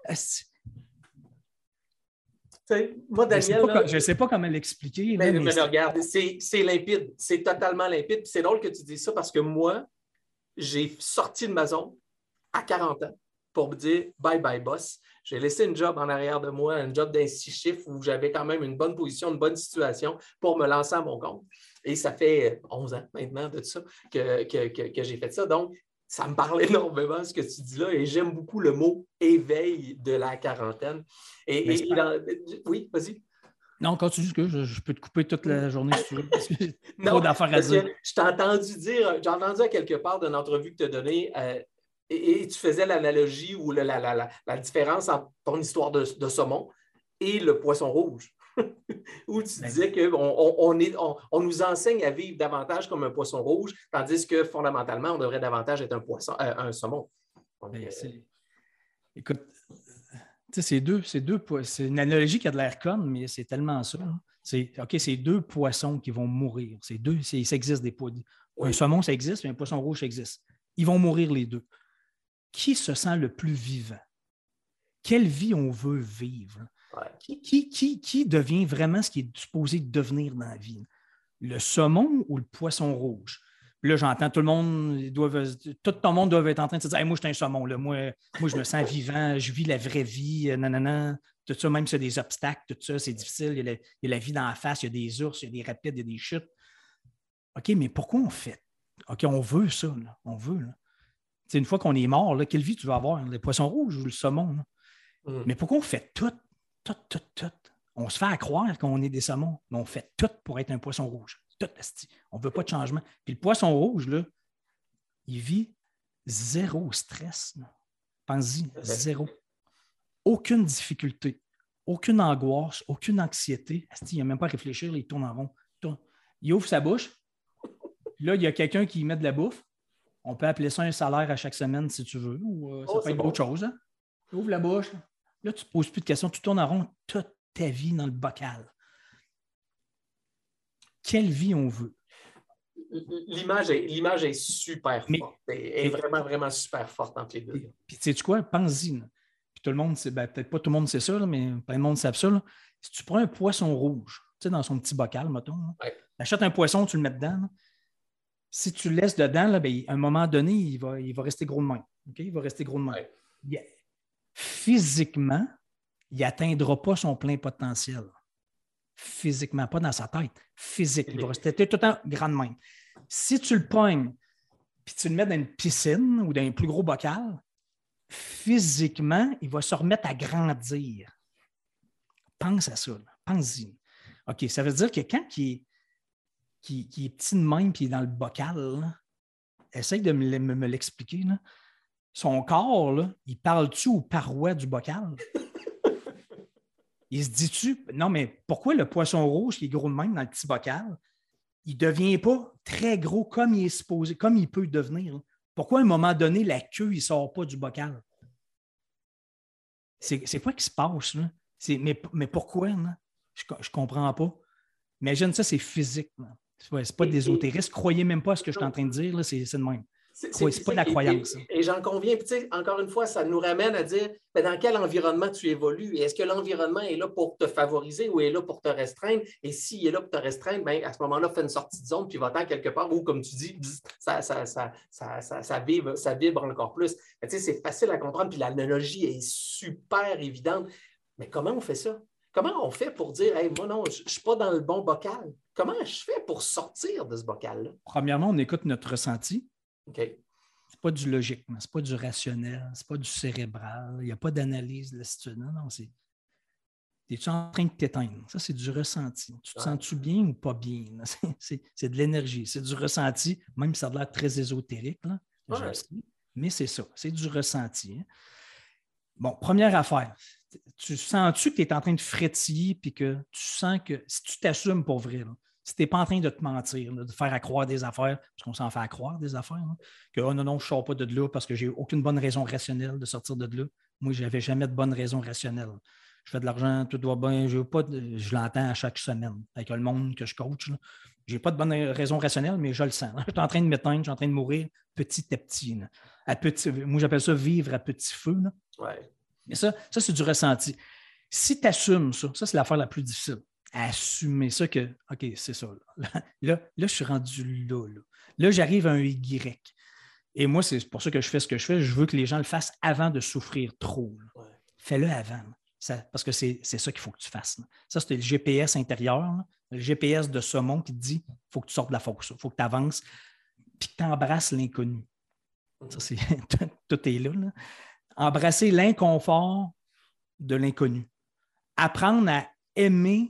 Moi, Daniel, je ne sais, sais pas comment l'expliquer. Mais, là, mais, mais regarde, c'est, c'est limpide, c'est totalement limpide. Puis c'est drôle que tu dises ça parce que moi, j'ai sorti de ma zone à quarante ans pour me dire bye bye boss. J'ai laissé une job en arrière de moi, un job d'un six chiffres où j'avais quand même une bonne position, une bonne situation pour me lancer à mon compte. Et ça fait onze ans maintenant de ça que, que, que, que j'ai fait ça. Donc, ça me parle énormément ce que tu dis là et j'aime beaucoup le mot éveil de la quarantaine. Et, et, et dans... Oui, vas-y. Non, continue, que je, je peux te couper toute la journée si tu veux. Parce que non, trop d'affaires à dire. Je t'ai entendu dire, j'ai entendu à quelque part d'une entrevue que tu as donnée euh, et, et tu faisais l'analogie ou la, la, la, la différence entre ton histoire de, de saumon et le poisson rouge. Où tu ben, disais qu'on on, on on, on nous enseigne à vivre davantage comme un poisson rouge, tandis que fondamentalement, on devrait davantage être un poisson, euh, un saumon. Donc, ben, euh... c'est... Écoute, c'est deux, c'est deux, c'est une analogie qui a de l'air conne, mais c'est tellement ça. Hein. C'est, OK, c'est deux poissons qui vont mourir. C'est deux, c'est, ça existe des poissons. Oui. Un saumon, ça existe, mais un poisson rouge, ça existe. Ils vont mourir les deux. Qui se sent le plus vivant? Quelle vie on veut vivre? Ouais. Qui, qui, qui, qui devient vraiment ce qui est supposé devenir dans la vie? Le saumon ou le poisson rouge? Puis là, j'entends tout le monde, ils doivent, tout ton monde doit être en train de se dire hey, moi, je suis un saumon, là. Moi, moi, je me sens vivant, je vis la vraie vie, nanana. Tout ça, même s'il y a des obstacles, tout ça, c'est difficile. Il y, a la, il y a la vie dans la face, il y a des ours, il y a des rapides, il y a des chutes. OK, mais pourquoi on fait? OK, on veut ça, là. On veut, là. T'sais, une fois qu'on est mort, là, quelle vie tu veux avoir? Le poisson rouge ou le saumon? Mm. Mais pourquoi on fait tout? Tout, tout, tout. On se fait à croire qu'on est des saumons, mais on fait tout pour être un poisson rouge. Tout, on ne veut pas de changement. Puis le poisson rouge, là, il vit zéro stress. Pense-y, zéro. Aucune difficulté, aucune angoisse, aucune anxiété. Il n'a même pas à réfléchir, il tourne en rond. Il ouvre sa bouche. Puis là, il y a quelqu'un qui met de la bouffe. On peut appeler ça un salaire à chaque semaine si tu veux, ou euh, ça oh, peut être bon. Autre chose. Hein? Tu ouvres la bouche. Là, tu ne te poses plus de questions. Tu tournes en rond toute ta vie dans le bocal. Quelle vie on veut? L'image est, l'image est super mais, forte. Elle est mais, vraiment, vraiment super forte entre les deux. Puis, puis tu sais quoi? Pense-y. Là. Puis tout le monde, c'est, ben, peut-être pas tout le monde sait ça, là, mais plein de monde sait ça. Là. Si tu prends un poisson rouge, tu sais, dans son petit bocal, mettons, ouais. Tu achètes un poisson, tu le mets dedans. Là. Si tu le laisses dedans, là, bien, à un moment donné, il va, il va rester gros de main. Okay? Il va rester gros de main. Ouais. Il, physiquement, il n'atteindra pas son plein potentiel. Physiquement, pas dans sa tête. Physique. Il va rester tout le temps grand de main. Si tu le pognes puis tu le mets dans une piscine ou dans un plus gros bocal, physiquement, il va se remettre à grandir. Pense à ça. Là. Pense-y. OK, ça veut dire que quand il est, qu'il, qu'il est petit de même et il est dans le bocal, là, essaye de me, me, me l'expliquer. Là. Son corps, là, il parle-tu aux parois du bocal? Il se dit-tu, non, mais pourquoi le poisson rouge qui est gros de même dans le petit bocal, il ne devient pas très gros comme il est supposé, comme il peut devenir? Là? Pourquoi à un moment donné, la queue, il ne sort pas du bocal? C'est, c'est quoi qui se passe? Là? C'est, mais, mais pourquoi? Là? Je ne comprends pas. Imagine ça, c'est physique. Ce n'est pas de l'ésotérisme. Croyez même pas à ce que je suis en train de dire. Là, c'est, c'est de même. C'est, c'est, c'est pas de la croyance. Et, et, et j'en conviens. Puis, encore une fois, ça nous ramène à dire ben, dans quel environnement tu évolues. Et est-ce que l'environnement est là pour te favoriser ou est là pour te restreindre? Et s'il est là pour te restreindre, ben, à ce moment-là, fais une sortie de zone puis va-t'en quelque part où, comme tu dis, ça, ça, ça, ça, ça, ça, vibre, ça vibre encore plus. Mais, c'est facile à comprendre. Puis l'analogie est super évidente. Mais comment on fait ça? Comment on fait pour dire, hey, moi non, je ne suis pas dans le bon bocal? Comment je fais pour sortir de ce bocal-là? Premièrement, on écoute notre ressenti. OK. Ce n'est pas du logique, ce n'est pas du rationnel, ce n'est pas du cérébral, il n'y a pas d'analyse de la situation. Non, non, c'est. Es-tu en train de t'éteindre? Ça, c'est du ressenti. Tu te ouais. sens-tu bien ou pas bien? C'est, c'est, c'est de l'énergie, c'est du ressenti, même si ça a l'air très ésotérique, là, ouais. je le sais, mais c'est ça, c'est du ressenti. Hein. Bon, première affaire. Tu sens-tu que tu es en train de frétiller puis que tu sens que si tu t'assumes pour vrai, là, si tu n'es pas en train de te mentir, là, de faire accroire des affaires, parce qu'on s'en fait accroire des affaires, là, que oh, non, non, je ne sors pas de là parce que j'ai aucune bonne raison rationnelle de sortir de là. Moi, je n'avais jamais de bonne raison rationnelle. Je fais de l'argent, tout va bien, je, pas de, je l'entends à chaque semaine avec le monde que je coach. Je n'ai pas de bonne raison rationnelle, mais je le sens. Là. Je suis en train de m'éteindre, je suis en train de mourir petit à petit. Là. À petit moi, j'appelle ça vivre à petit feu. Là. Ouais. Mais ça, ça, c'est du ressenti. Si tu assumes ça, ça, c'est l'affaire la plus difficile. Assumer ça que, OK, c'est ça. Là, là, là je suis rendu là. Là, là j'arrive à un Y. Et moi, c'est pour ça que je fais ce que je fais. Je veux que les gens le fassent avant de souffrir trop. Ouais. Fais-le avant. Ça, parce que c'est, c'est ça qu'il faut que tu fasses. Là. Ça, c'est le G P S intérieur, là, le G P S de saumon qui te dit il faut que tu sortes de la fosse, il faut que tu avances, puis que tu embrasses l'inconnu. Ça, c'est, tout est là, là. Embrasser l'inconfort de l'inconnu. Apprendre à aimer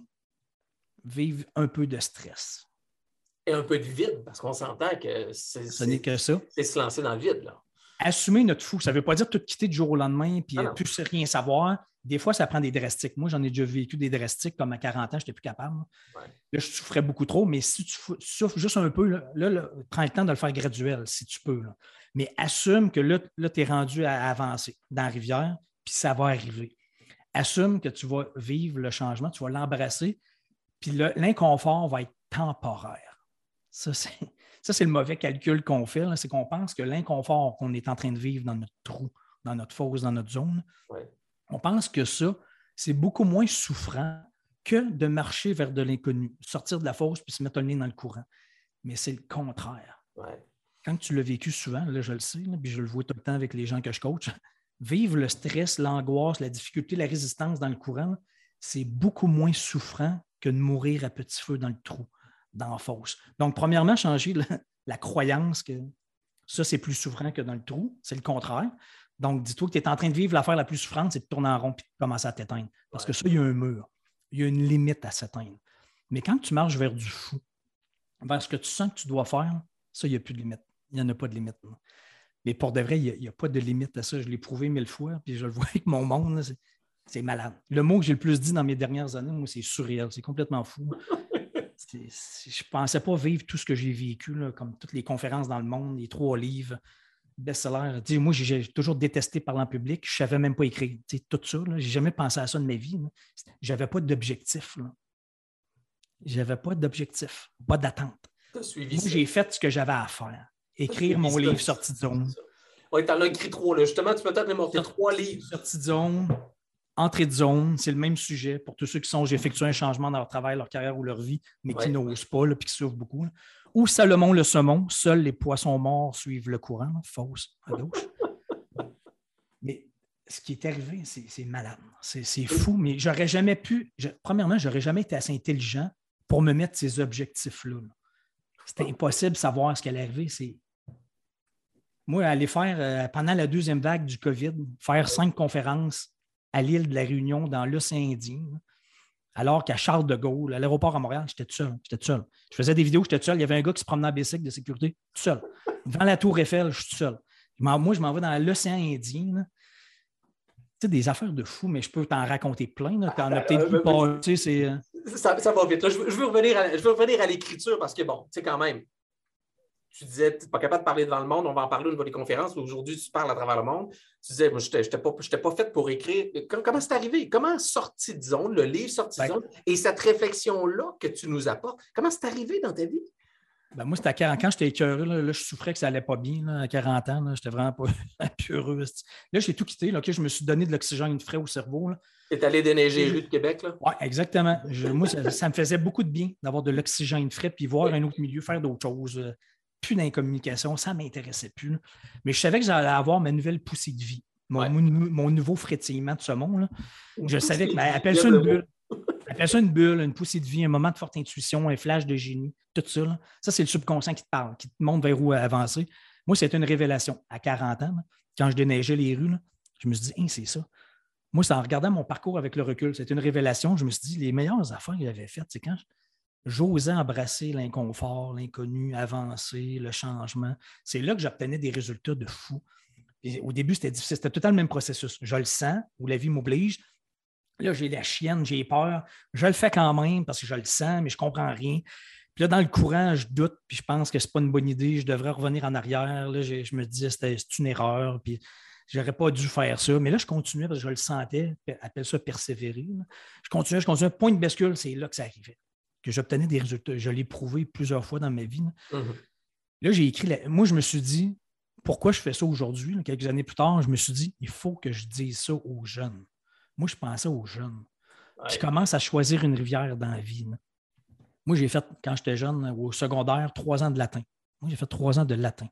vivre un peu de stress. Et un peu de vide, parce qu'on s'entend que c'est, Ce n'est que ça. C'est se lancer dans le vide. Là. Assumer notre fou. Ça ne veut pas dire tout quitter du jour au lendemain et ah plus rien savoir. Des fois, ça prend des drastiques. Moi, j'en ai déjà vécu des drastiques, comme à quarante ans, je n'étais plus capable. Ouais. Là, je souffrais beaucoup trop, mais si tu souffres juste un peu, là, là, là, prends le temps de le faire graduel, si tu peux. Là. Mais assume que là, là tu es rendu à avancer dans la rivière, puis ça va arriver. Assume que tu vas vivre le changement, tu vas l'embrasser, puis le, l'inconfort va être temporaire. Ça, c'est, ça, c'est le mauvais calcul qu'on fait, là, c'est qu'on pense que l'inconfort qu'on est en train de vivre dans notre trou, dans notre fosse, dans notre zone, ouais. on pense que ça, c'est beaucoup moins souffrant que de marcher vers de l'inconnu, sortir de la fosse puis se mettre le nez dans le courant. Mais c'est le contraire. Ouais. Quand tu l'as vécu souvent, là, je le sais, là, puis je le vois tout le temps avec les gens que je coach, vivre le stress, l'angoisse, la difficulté, la résistance dans le courant, c'est beaucoup moins souffrant que de mourir à petit feu dans le trou, dans la fosse. Donc, premièrement, changer la, la croyance que ça, c'est plus souffrant que dans le trou. C'est le contraire. Donc, dis-toi que tu es en train de vivre l'affaire la plus souffrante, c'est de tourner en rond et de commencer à t'éteindre. Parce ouais. que ça, il y a un mur. Il y a une limite à s'éteindre. Mais quand tu marches vers du fou, vers ce que tu sens que tu dois faire, ça, il n'y a plus de limite. Il n'y en a pas de limite. Là. Mais pour de vrai, il n'y a, a pas de limite à ça. Je l'ai prouvé mille fois, puis je le vois avec mon monde. Là, c'est, c'est malade. Le mot que j'ai le plus dit dans mes dernières années, moi, c'est surréel. C'est complètement fou. c'est, c'est, je ne pensais pas vivre tout ce que j'ai vécu, là, comme toutes les conférences dans le monde, les trois livres, best-sellers. Tu sais, moi, j'ai, j'ai toujours détesté parler en public. Je ne savais même pas écrire. Tu sais, tout ça, je n'ai jamais pensé à ça de ma vie. Là. Je n'avais pas d'objectif. Là. Je n'avais pas d'objectif, pas d'attente. Moi, ça. J'ai fait ce que j'avais à faire. Écrire mon livre Sortie de zone. Oui, tu en as écrit trois. Là. Justement, tu peux peut-être les montrer trois livres. Sortie de zone. entrée de zone, c'est le même sujet pour tous ceux qui sont, j'ai effectué un changement dans leur travail, leur carrière ou leur vie, mais qui ouais. n'osent pas, là, puis qui souffrent beaucoup. Là. Ou Salomon le saumon, seuls les poissons morts suivent le courant, là, fausse à gauche. Mais ce qui est arrivé, c'est, c'est malade. C'est, c'est fou, mais j'aurais jamais pu, je, premièrement, j'aurais jamais été assez intelligent pour me mettre ces objectifs-là. Là. C'était impossible de savoir ce qui allait arriver. C'est... Moi, aller faire, euh, pendant la deuxième vague du COVID, faire cinq conférences à l'île de la Réunion, dans l'océan Indien, alors qu'à Charles de Gaulle, à l'aéroport à Montréal, j'étais tout seul. J'étais tout seul. Je faisais des vidéos, j'étais tout seul. Il y avait un gars qui se promenait en bicycle de sécurité, tout seul. Devant la tour Eiffel, je suis tout seul. Moi, je m'en vais dans l'océan Indien. Là. Tu sais, des affaires de fou, mais je peux t'en raconter plein. Tu en as peut-être vu pas. Tu sais, c'est... Ça, ça va vite. Là, je, veux, je, veux revenir à, je veux revenir à l'écriture parce que, bon, tu sais, quand même, tu disais, tu n'es pas capable de parler devant le monde, on va en parler au niveau des conférences. Aujourd'hui, tu parles à travers le monde. Tu disais, moi, je n'étais pas, pas faite pour écrire. Comment c'est arrivé? Comment Sortie de zone, le livre Sortie de zone, et cette réflexion-là que tu nous apportes, comment c'est arrivé dans ta vie? Ben moi, c'était à quarante ans. Quand j'étais écœureux, là, là, je souffrais que ça n'allait pas bien. Là, à quarante ans, je n'étais vraiment pas plus heureux. Là, j'ai tout quitté. Là, okay, je me suis donné de l'oxygène frais au cerveau. Tu es allé déneiger les rues de Québec? Oui, exactement. Je, moi, ça, ça me faisait beaucoup de bien d'avoir de l'oxygène frais puis voir oui. un autre milieu, faire d'autres choses. Plus d'incommunication, ça ne m'intéressait plus. Là. Mais je savais que j'allais avoir ma nouvelle poussée de vie, mon, ouais. mon, mon nouveau frétillement de saumon. Là. Je savais que, ben, appelle ça une bulle. Appelle ça une bulle, une poussée de vie, un moment de forte intuition, un flash de génie, tout ça. Là. Ça, c'est le subconscient qui te parle, qui te montre vers où avancer. Moi, c'était une révélation. À quarante ans, là, quand je déneigeais les rues, là, je me suis dit, hey, c'est ça. Moi, c'est en regardant mon parcours avec le recul, c'était une révélation. Je me suis dit, les meilleures affaires que j'avais faites, c'est quand j'osais embrasser l'inconfort, l'inconnu, avancer, le changement. C'est là que j'obtenais des résultats de fou. Et au début, c'était difficile. C'était tout le même processus. Je le sens, où la vie m'oblige. Là, j'ai la chienne, j'ai peur. Je le fais quand même parce que je le sens, mais je ne comprends rien. Puis là, dans le courant, je doute, puis je pense que ce n'est pas une bonne idée. Je devrais revenir en arrière. Là, je, je me disais que c'était, c'est une erreur, puis je n'aurais pas dû faire ça. Mais là, je continuais parce que je le sentais. Appelle ça persévérer. Là. Je continuais, je continuais. Point de bascule, c'est là que ça arrivait. Que j'obtenais des résultats. Je l'ai prouvé plusieurs fois dans ma vie. Là, mm-hmm. là j'ai écrit... La... Moi, je me suis dit, pourquoi je fais ça aujourd'hui? Là, quelques années plus tard, je me suis dit, il faut que je dise ça aux jeunes. Moi, je pensais aux jeunes. Ouais. Je commence à choisir une rivière dans la vie. Là. Moi, j'ai fait, quand j'étais jeune, au secondaire, trois ans de latin. Moi, j'ai fait trois ans de latin.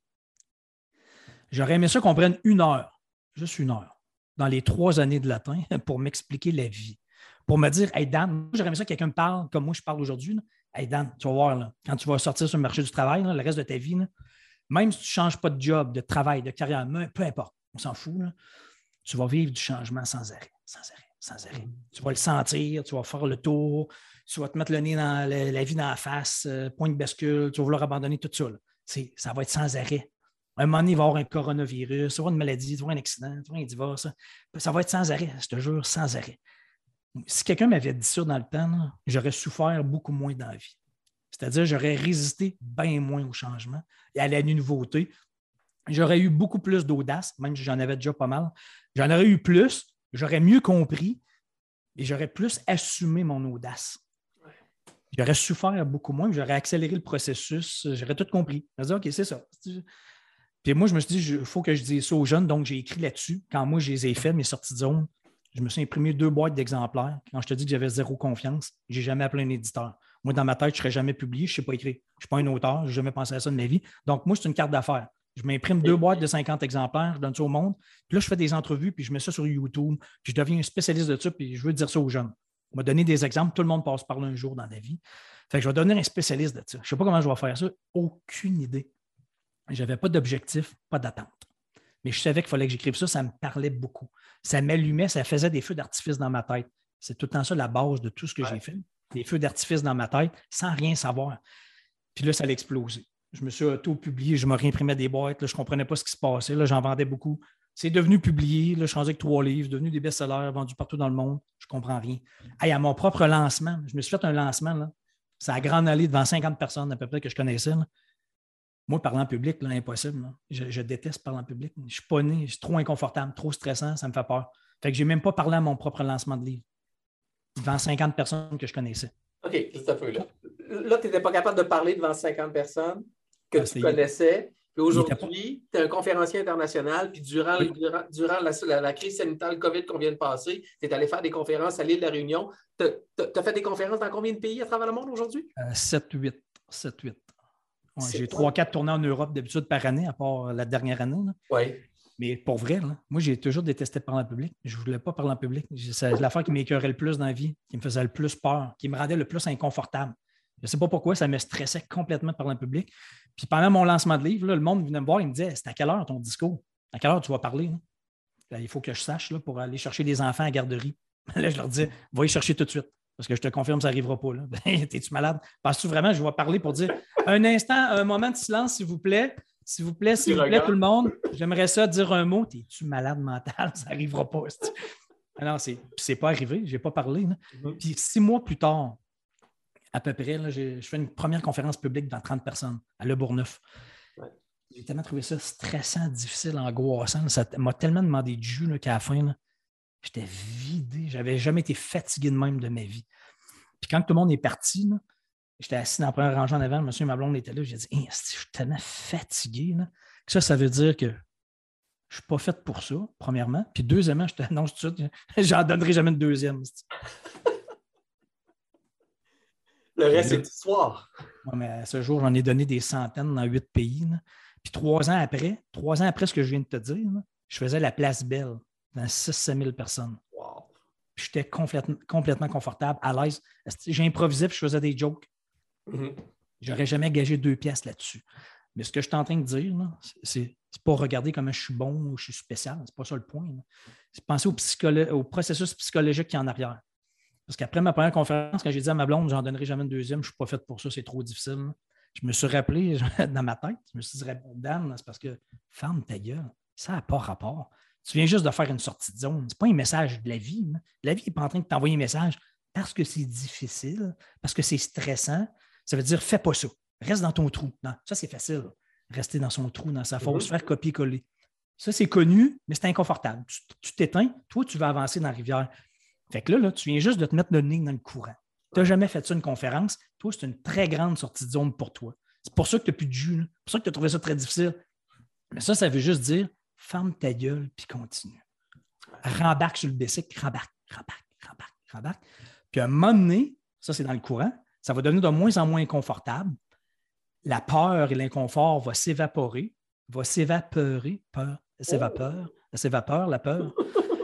J'aurais aimé ça qu'on prenne une heure, juste une heure, dans les trois années de latin pour m'expliquer la vie. Pour me dire, hey Dan, j'aurais aimé ça que quelqu'un me parle comme moi je parle aujourd'hui. Là. Hey Dan, tu vas voir, là, quand tu vas sortir sur le marché du travail, là, le reste de ta vie, là, même si tu ne changes pas de job, de travail, de carrière, peu importe, on s'en fout, là, tu vas vivre du changement sans arrêt, sans arrêt, sans arrêt. Tu vas le sentir, tu vas faire le tour, tu vas te mettre le nez dans la, la vie dans la face, euh, point de bascule, tu vas vouloir abandonner tout ça. Là. C'est, ça va être sans arrêt. À un moment donné, il va y avoir un coronavirus, tu vas avoir une maladie, tu vas avoir un accident, tu vas avoir un divorce. Ça va être sans arrêt, je te jure, sans arrêt. Si quelqu'un m'avait dit ça dans le temps, là, j'aurais souffert beaucoup moins dans la vie. C'est-à-dire, j'aurais résisté bien moins au changement et à la nouveauté. J'aurais eu beaucoup plus d'audace, même si j'en avais déjà pas mal. J'en aurais eu plus, j'aurais mieux compris et j'aurais plus assumé mon audace. J'aurais souffert beaucoup moins, j'aurais accéléré le processus, j'aurais tout compris. Je me disais, OK, c'est ça. Puis moi, je me suis dit, il faut que je dise ça aux jeunes, donc j'ai écrit là-dessus. Quand moi, je les ai fait, mes sorties de zone, je me suis imprimé deux boîtes d'exemplaires. Quand je te dis que j'avais zéro confiance, je n'ai jamais appelé un éditeur. Moi, dans ma tête, je ne serais jamais publié, je ne sais pas écrire. Je ne suis pas un auteur, je n'ai jamais pensé à ça de ma vie. Donc, moi, c'est une carte d'affaires. Je m'imprime deux boîtes de cinquante exemplaires, je donne ça au monde. Puis là, je fais des entrevues, puis je mets ça sur YouTube, puis je deviens un spécialiste de ça, puis je veux dire ça aux jeunes. On m'a donné des exemples, tout le monde passe par là un jour dans la vie. Fait que je vais devenir un spécialiste de ça. Je ne sais pas comment je vais faire ça, aucune idée. Je n'avais pas d'objectif, pas d'attente. Mais je savais qu'il fallait que j'écrive ça, ça me parlait beaucoup. Ça m'allumait, ça faisait des feux d'artifice dans ma tête. C'est tout le temps ça la base de tout ce que ouais. j'ai fait. Des feux d'artifice dans ma tête, sans rien savoir. Puis là, ça allait exploser. Je me suis auto-publié, je me réimprimais des boîtes, là, je ne comprenais pas ce qui se passait, là, j'en vendais beaucoup. C'est devenu publié, là, je suis rendu avec trois livres, devenu des best-sellers, vendus partout dans le monde, je ne comprends rien. Hey, à mon propre lancement, je me suis fait un lancement, là, c'est à Grande Allée devant cinquante personnes à peu près que je connaissais. Là. Moi, parler en public, là, impossible. Là. Je, je déteste parler en public. Je ne suis pas né, c'est trop inconfortable, trop stressant, ça me fait peur. Fait que je n'ai même pas parlé à mon propre lancement de livre devant cinquante personnes que je connaissais. OK, juste un peu là. Là, tu n'étais pas capable de parler devant cinquante personnes que ah, tu connaissais. Puis aujourd'hui, tu es un conférencier international, puis durant, Oui. durant, durant la, la, la crise sanitaire, le COVID qu'on vient de passer, tu es allé faire des conférences à l'île de la Réunion. Tu as fait des conférences dans combien de pays à travers le monde aujourd'hui? Euh, sept huit. sept huit. Ouais, j'ai C'est trois quoi? quatre tournées en Europe d'habitude par année, à part la dernière année. Oui. Mais pour vrai, là, moi, j'ai toujours détesté parler en public. Je ne voulais pas parler en public. C'est l'affaire qui m'écœurait le plus dans la vie, qui me faisait le plus peur, qui me rendait le plus inconfortable. Je ne sais pas pourquoi, ça me stressait complètement de parler en public. Puis pendant mon lancement de livre, là, le monde venait me voir, il me disait, c'est à quelle heure ton discours? À quelle heure tu vas parler? Là, il faut que je sache là, pour aller chercher des enfants à la garderie. Là, je leur disais, va y chercher tout de suite. Parce que je te confirme, ça n'arrivera pas. Là. T'es-tu malade? Penses-tu vraiment que je vais parler pour dire un instant, un moment de silence, s'il vous plaît? S'il vous plaît, s'il vous plaît, tout le monde, j'aimerais ça dire un mot. T'es-tu malade mental? Ça n'arrivera pas. Alors, c'est, c'est pas arrivé, je n'ai pas parlé. Mm-hmm. Puis six mois plus tard, à peu près, là, je fais une première conférence publique devant trente personnes à Le Bourgneuf. Ouais. J'ai tellement trouvé ça stressant, difficile, angoissant. Ça m'a tellement demandé de jus là, qu'à la fin, là, j'étais vidé. Je n'avais jamais été fatigué de même de ma vie. Puis quand tout le monde est parti, là, j'étais assis dans la première rangée en avant, monsieur et ma blonde étaient là, j'ai dit hey, je suis tellement fatigué. Là, que ça, ça veut dire que je ne suis pas fait pour ça, premièrement. Puis deuxièmement, je t'annonce tout de suite, j'en donnerai jamais une deuxième. Le reste, c'est histoire. Ouais, mais à ce jour, j'en ai donné des centaines dans huit pays. Là. Puis trois ans après, trois ans après ce que je viens de te dire, là, je faisais la place Belle dans six à sept mille personnes. Wow. Puis j'étais complètement, complètement confortable, à l'aise. J'ai improvisé puis je faisais des jokes. Mm-hmm. J'aurais jamais gagé deux piastres là-dessus. Mais ce que je suis en train de dire, là, c'est, c'est pas regarder comment je suis bon ou je suis spécial. C'est pas ça le point. Là. C'est penser au, psycholo- au processus psychologique qui est en arrière. Parce qu'après ma première conférence, quand j'ai dit à ma blonde, j'en donnerai jamais une deuxième, je ne suis pas fait pour ça, c'est trop difficile. Là. Je me suis rappelé dans ma tête, je me suis dit, Dan, c'est parce que ferme ta gueule, ça n'a pas rapport. Tu viens juste de faire une sortie de zone. Ce n'est pas un message de la vie. Là. La vie n'est pas en train de t'envoyer un message parce que c'est difficile, parce que c'est stressant. Ça veut dire, fais pas ça. Reste dans ton trou. Non, ça, c'est facile. Rester dans son trou, dans sa fosse, mm-hmm. faire copier-coller. Ça, c'est connu, mais c'est inconfortable. Tu, tu t'éteins, toi, tu vas avancer dans la rivière. Fait que là, là, tu viens juste de te mettre le nez dans le courant. Tu n'as jamais fait ça une conférence. Toi, c'est une très grande sortie de zone pour toi. C'est pour ça que tu n'as plus de jus. C'est pour ça que tu as trouvé ça très difficile. Mais ça, ça veut juste dire ferme ta gueule puis continue. Rembarque sur le bicycle, rembarque, rembarque, rembarque, rembarque. Puis à un moment donné, ça, c'est dans le courant, ça va devenir de moins en moins inconfortable. La peur et l'inconfort vont s'évaporer, va s'évaporer, peur, elle s'évapore, elle s'évapore, la peur.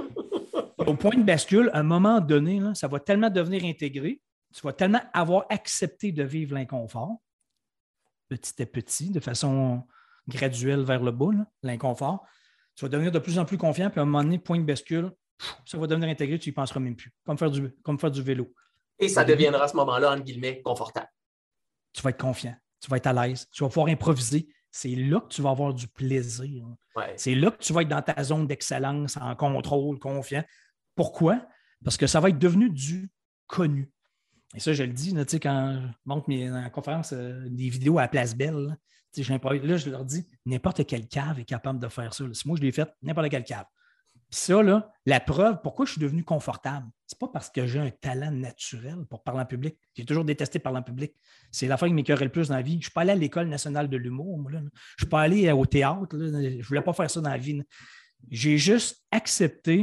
Au point de bascule, à un moment donné, là, ça va tellement devenir intégré, tu vas tellement avoir accepté de vivre l'inconfort, petit à petit, de façon graduelle vers le bas, là, l'inconfort. Tu vas devenir de plus en plus confiant, puis à un moment donné, point de bascule, ça va devenir intégré, tu n'y penseras même plus, comme faire du, comme faire du vélo. Et ça deviendra à ce moment-là, entre guillemets, confortable. Tu vas être confiant, tu vas être à l'aise, tu vas pouvoir improviser. C'est là que tu vas avoir du plaisir. Ouais. C'est là que tu vas être dans ta zone d'excellence, en contrôle, confiant. Pourquoi? Parce que ça va être devenu du connu. Et ça, je le dis, là, quand je montre mes, dans la conférence euh, des vidéos à la Place Belle, là, là, je leur dis, n'importe quel cave est capable de faire ça. Là. Si moi, je l'ai fait, n'importe quel cave. Puis ça, là, la preuve, pourquoi je suis devenu confortable, c'est pas parce que j'ai un talent naturel pour parler en public. J'ai toujours détesté parler en public. C'est l'affaire qui m'écœurait le plus dans la vie. Je ne suis pas allé à l'École nationale de l'humour, moi, là. Je ne suis pas allé au théâtre. Là. Je ne voulais pas faire ça dans la vie. Là. J'ai juste accepté.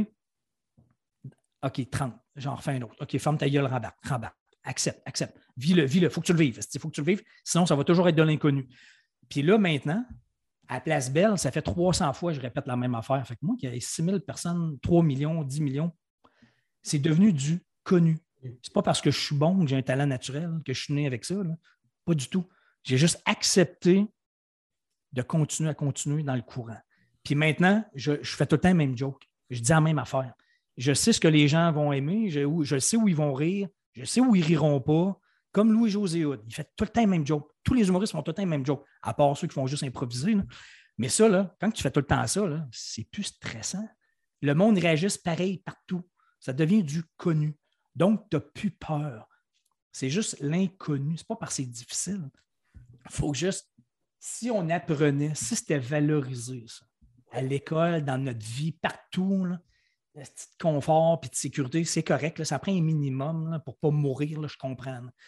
OK, trente, j'en refais un autre. OK, ferme ta gueule, rembarque, rembarque. Accepte, accepte. Vis-le, vis-le. Il faut que tu le vives. Il faut que tu le vives. Sinon, ça va toujours être de l'inconnu. Puis là, maintenant, à Place Belle, ça fait trois cents fois que je répète la même affaire. Fait que moi, qu'il y ait six mille personnes, trois millions, dix millions, c'est devenu du connu. C'est pas parce que je suis bon, que j'ai un talent naturel, que je suis né avec ça. Là. Pas du tout. J'ai juste accepté de continuer à continuer dans le courant. Puis maintenant, je, je fais tout le temps le même joke. Je dis la même affaire. Je sais ce que les gens vont aimer, je, je sais où ils vont rire, je sais où ils ne riront pas. Comme Louis-José Hood, il fait tout le temps le même joke. Tous les humoristes font tout le temps le même joke, à part ceux qui font juste improviser. Là. Mais ça, là, quand tu fais tout le temps ça, là, c'est plus stressant. Le monde réagit pareil partout. Ça devient du connu. Donc, tu n'as plus peur. C'est juste l'inconnu. Ce n'est pas parce que c'est difficile. Il faut juste, si on apprenait, si c'était valorisé, ça, à l'école, dans notre vie, partout, là, le petit confort et de sécurité, c'est correct. Là, ça prend un minimum là, pour ne pas mourir, là, je comprends. Là.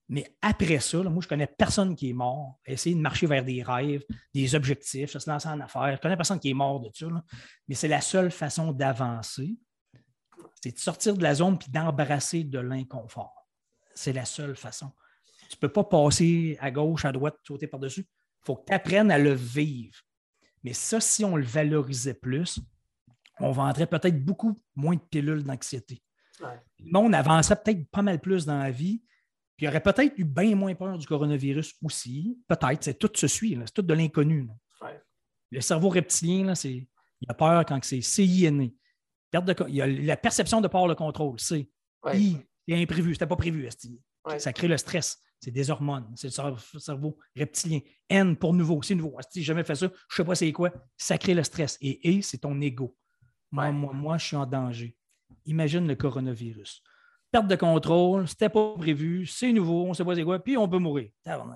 Mais après ça, là, moi, je ne connais personne qui est mort, essayer de marcher vers des rêves, des objectifs, se lancer en affaires. Je ne connais personne qui est mort de ça. Là. Mais c'est la seule façon d'avancer, c'est de sortir de la zone et d'embrasser de l'inconfort. C'est la seule façon. Tu ne peux pas passer à gauche, à droite, sauter par-dessus. Il faut que tu apprennes à le vivre. Mais ça, si on le valorisait plus, on vendrait peut-être beaucoup moins de pilules d'anxiété. Ouais. Le monde avancerait peut-être pas mal plus dans la vie. Puis il y aurait peut-être eu bien moins peur du coronavirus aussi. Peut-être, c'est tout se suit, là. C'est tout de l'inconnu. Ouais. Le cerveau reptilien, là, c'est, il a peur quand c'est C I N E. Perte de, il y a la perception de peur le contrôle. C'est ouais. I, c'est imprévu, c'était pas prévu. Ouais. Ça crée le stress. C'est des hormones. C'est le cerveau reptilien. N pour nouveau, c'est nouveau. Si j'ai jamais fait ça, je ne sais pas c'est quoi. Ça crée le stress. Et E, c'est ton ego. Moi, ouais. moi, moi, je suis en danger. Imagine le coronavirus. Perte de contrôle, c'était pas prévu, c'est nouveau, on ne sait pas c'est quoi, puis on peut mourir.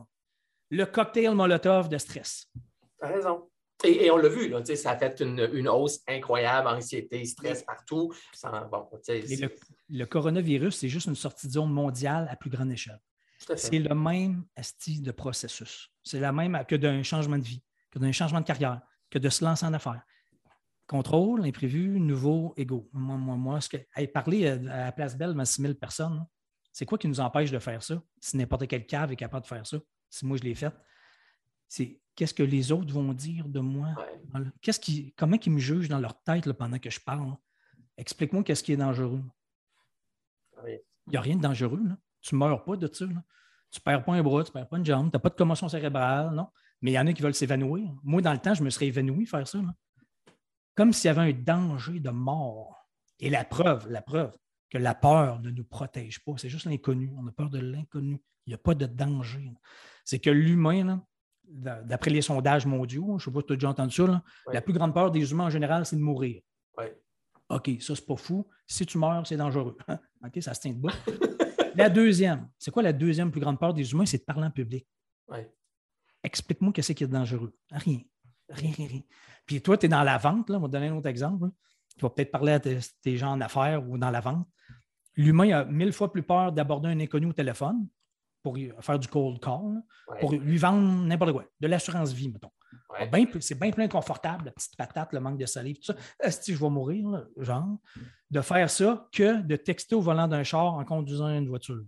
Le cocktail Molotov de stress. Tu as raison. Et, et on l'a vu, là, ça a fait une, une hausse incroyable, anxiété, stress partout. Sans, bon, le, le coronavirus, c'est juste une sortie de zone mondiale à plus grande échelle. C'est le même style de processus. C'est la même que d'un changement de vie, que d'un changement de carrière, que de se lancer en affaires. Contrôle, imprévu, nouveau, égaux. Moi, moi, moi, ce que, hey, parler à la Place Belle devant six mille personnes, c'est quoi qui nous empêche de faire ça? Si n'importe quel cave est capable de faire ça, si moi je l'ai fait, c'est qu'est-ce que les autres vont dire de moi? Ouais. Qu'est-ce qui, comment ils me jugent dans leur tête là, pendant que je parle? Explique-moi qu'est-ce qui est dangereux. Oui. Il n'y a rien de dangereux. Là. Tu ne meurs pas de ça. Là. Tu ne perds pas un bras, tu ne perds pas une jambe, tu n'as pas de commotion cérébrale, non? Mais il y en a qui veulent s'évanouir. Moi, dans le temps, je me serais évanoui faire ça. Là. Comme s'il y avait un danger de mort. Et la preuve, la preuve que la peur ne nous protège pas, c'est juste l'inconnu. On a peur de l'inconnu. Il n'y a pas de danger. C'est que l'humain, là, d'après les sondages mondiaux, je ne sais pas si tu as déjà entendu ça, là, oui. La plus grande peur des humains en général, c'est de mourir. Oui. OK, ça, c'est pas fou. Si tu meurs, c'est dangereux. OK, ça se tient debout. La deuxième, c'est quoi la deuxième plus grande peur des humains? C'est de parler en public. Oui. Explique-moi qu'est-ce qui est dangereux. Rien. Rien, rien, rien. Puis toi, tu es dans la vente, là, on va te donner un autre exemple. Là. Tu vas peut-être parler à tes, tes gens en affaires ou dans la vente. L'humain a mille fois plus peur d'aborder un inconnu au téléphone pour faire du cold call, ouais. Pour lui vendre n'importe quoi, de l'assurance vie, mettons. Ouais. Ben, c'est bien plein confortable, la petite patate, le manque de salive, tout ça. Est-ce que je vais mourir, là, genre, de faire ça que de texter au volant d'un char en conduisant une voiture.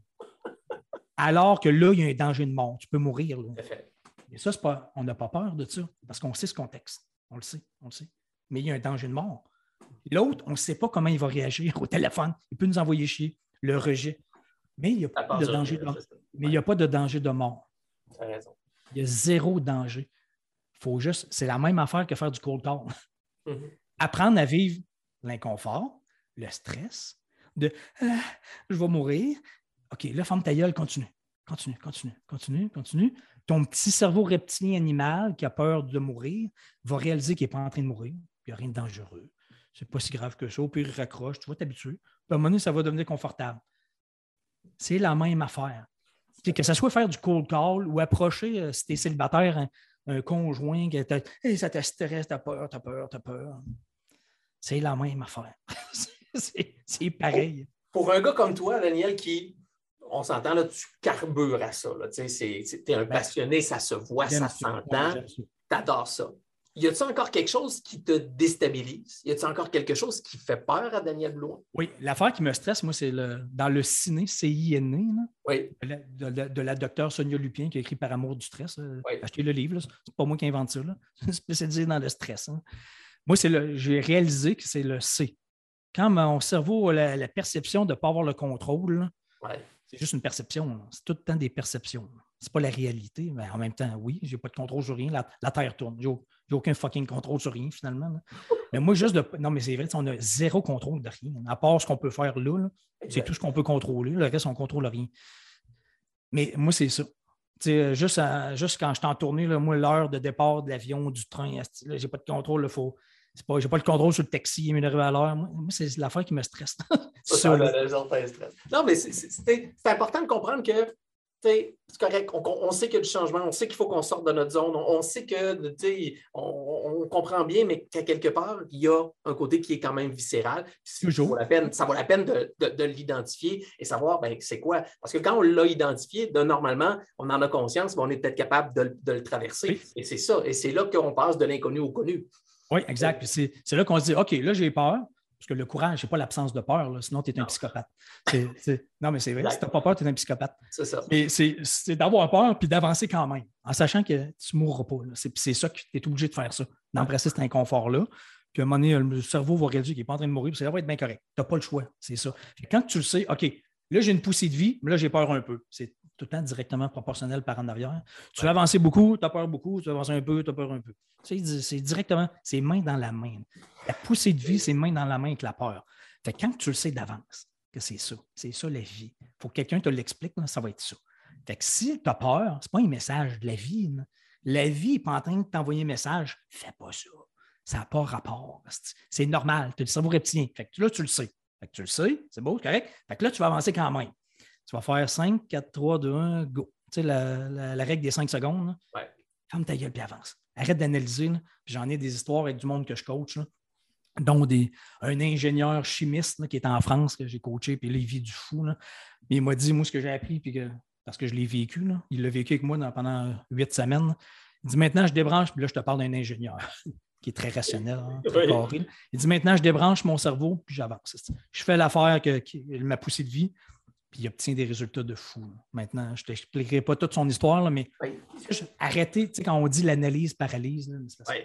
Alors que là, il y a un danger de mort. Tu peux mourir. Là. Et ça, c'est pas, on n'a pas peur de ça parce qu'on sait ce contexte. On le sait, on le sait. Mais il y a un danger de mort. L'autre, on ne sait pas comment il va réagir au téléphone. Il peut nous envoyer chier, le rejet. Mais il n'y a pas de danger de mort. Mais il n'y a pas de danger de mort. Tu as raison. Il y a zéro danger. Faut juste, c'est la même affaire que faire du cold call. Mm-hmm. Apprendre à vivre l'inconfort, le stress, de ah, je vais mourir. OK, là, ferme ta gueule, continue. Continue, continue, continue, continue. Ton petit cerveau reptilien animal qui a peur de mourir va réaliser qu'il n'est pas en train de mourir. Il n'y a rien de dangereux. C'est pas si grave que ça. Au pire, il raccroche, tu vas t'habituer. Puis à un moment donné, ça va devenir confortable. C'est la même affaire. T'sais, que ce soit faire du cold call ou approcher, euh, si tu es célibataire, un, un conjoint qui est hey, ça te stresse, t'as peur, t'as peur, t'as peur. C'est la même affaire. c'est, c'est pareil. Pour, pour un gars comme toi, Daniel, qui, on s'entend, là, tu carbures à ça. Tu es un passionné, ça se voit, ça s'entend. Tu adores ça. Y a-t-il encore quelque chose qui te déstabilise? Y a-t-il encore quelque chose qui fait peur à Daniel Blouin? Oui, l'affaire qui me stresse, moi, c'est le, dans le ciné, C I N E, là, oui. de, de, de la docteure Sonia Lupien qui a écrit Par amour du stress. Oui. Achetez le livre, là. C'est pas moi qui invente ça. Là. C'est spécialisé dans le stress. Hein. Moi, c'est le, j'ai réalisé que c'est le C. Quand mon cerveau a la, la perception de ne pas avoir le contrôle, là, oui. C'est juste une perception. Là. C'est tout le temps des perceptions. Ce n'est pas la réalité, mais en même temps, oui, je n'ai pas de contrôle sur rien. La, la Terre tourne. Je n'ai aucun fucking contrôle sur rien, finalement. Là. Mais moi, juste de. Non, mais c'est vrai, on a zéro contrôle de rien. À part ce qu'on peut faire là, là c'est tout ce qu'on peut contrôler. Le reste, on ne contrôle rien. Mais moi, c'est ça. T'sais, juste, à, juste quand je suis en tournée, là, moi, l'heure de départ de l'avion, du train, je n'ai pas de contrôle. Je n'ai pas le contrôle sur le taxi, il m'est arrivé à l'heure. Moi, moi, c'est l'affaire qui me stresse. Ça, ça, ça, ça, non, mais c'est, c'est, c'est important de comprendre que c'est correct, on, on sait qu'il y a du changement, on sait qu'il faut qu'on sorte de notre zone, on, on sait que, on, on comprend bien, mais qu'à quelque part, il y a un côté qui est quand même viscéral. Ça vaut la peine, ça vaut la peine de, de, de l'identifier et savoir, ben, c'est quoi. Parce que quand on l'a identifié, de, normalement, on en a conscience, mais on est peut-être capable de, de le traverser. Oui. Et c'est ça. Et c'est là qu'on passe de l'inconnu au connu. Oui, exact. C'est, c'est là qu'on se dit, OK, là, j'ai peur. Parce que le courage, ce n'est pas l'absence de peur, là, sinon tu es un non. psychopathe. C'est, c'est... Non, mais c'est vrai, exact. Si tu n'as pas peur, tu es un psychopathe. C'est ça. Mais c'est, c'est d'avoir peur puis d'avancer quand même, en sachant que tu ne mourras pas. Là. C'est, c'est ça que tu es obligé de faire ça, d'embrasser cet inconfort-là. Puis à un moment donné, le cerveau va réaliser qu'il n'est pas en train de mourir, puis ça va être bien correct. Tu n'as pas le choix, c'est ça. Et quand tu le sais, OK, là, j'ai une poussée de vie, mais là, j'ai peur un peu. C'est tout le temps directement proportionnel par en arrière. Tu veux avancer beaucoup, tu as peur beaucoup, tu veux avancer un peu, tu as peur un peu. Tu sais, c'est directement, c'est main dans la main. La poussée de vie, c'est main dans la main avec la peur. Fait que quand tu le sais d'avance que c'est ça, c'est ça la vie. Il faut que quelqu'un te l'explique, là, ça va être ça. Fait que si tu as peur, ce n'est pas un message de la vie. Là. La vie n'est pas en train de t'envoyer un message, fais pas ça. Ça n'a pas rapport. C'est normal, tu as le cerveau reptilien. Fait que là, tu le sais. Fait que tu le sais, c'est beau, c'est correct. Fait que là, tu vas avancer quand même. Tu vas faire cinq, quatre, trois, deux, un, go. Tu sais, la, la, la règle des cinq secondes. Là. Ouais. Ferme ta gueule puis avance. Arrête d'analyser. Là. Puis j'en ai des histoires avec du monde que je coach. Là. Dont des, un ingénieur chimiste là, qui est en France, que j'ai coaché, puis là, il vit du fou. Là. Mais il m'a dit, moi, ce que j'ai appris, puis que, parce que je l'ai vécu, là, il l'a vécu avec moi dans, pendant huit semaines. Il dit, maintenant, je débranche, puis là, je te parle d'un ingénieur qui est très rationnel, hein, très oui. carré. Il dit, maintenant, je débranche mon cerveau, puis j'avance. Je fais l'affaire que, qui m'a poussé de vie, puis il obtient des résultats de fou. Là. Maintenant, je ne t'expliquerai pas toute son histoire, là, mais oui. arrêtez, tu sais, quand on dit l'analyse paralyse, là, c'est parce que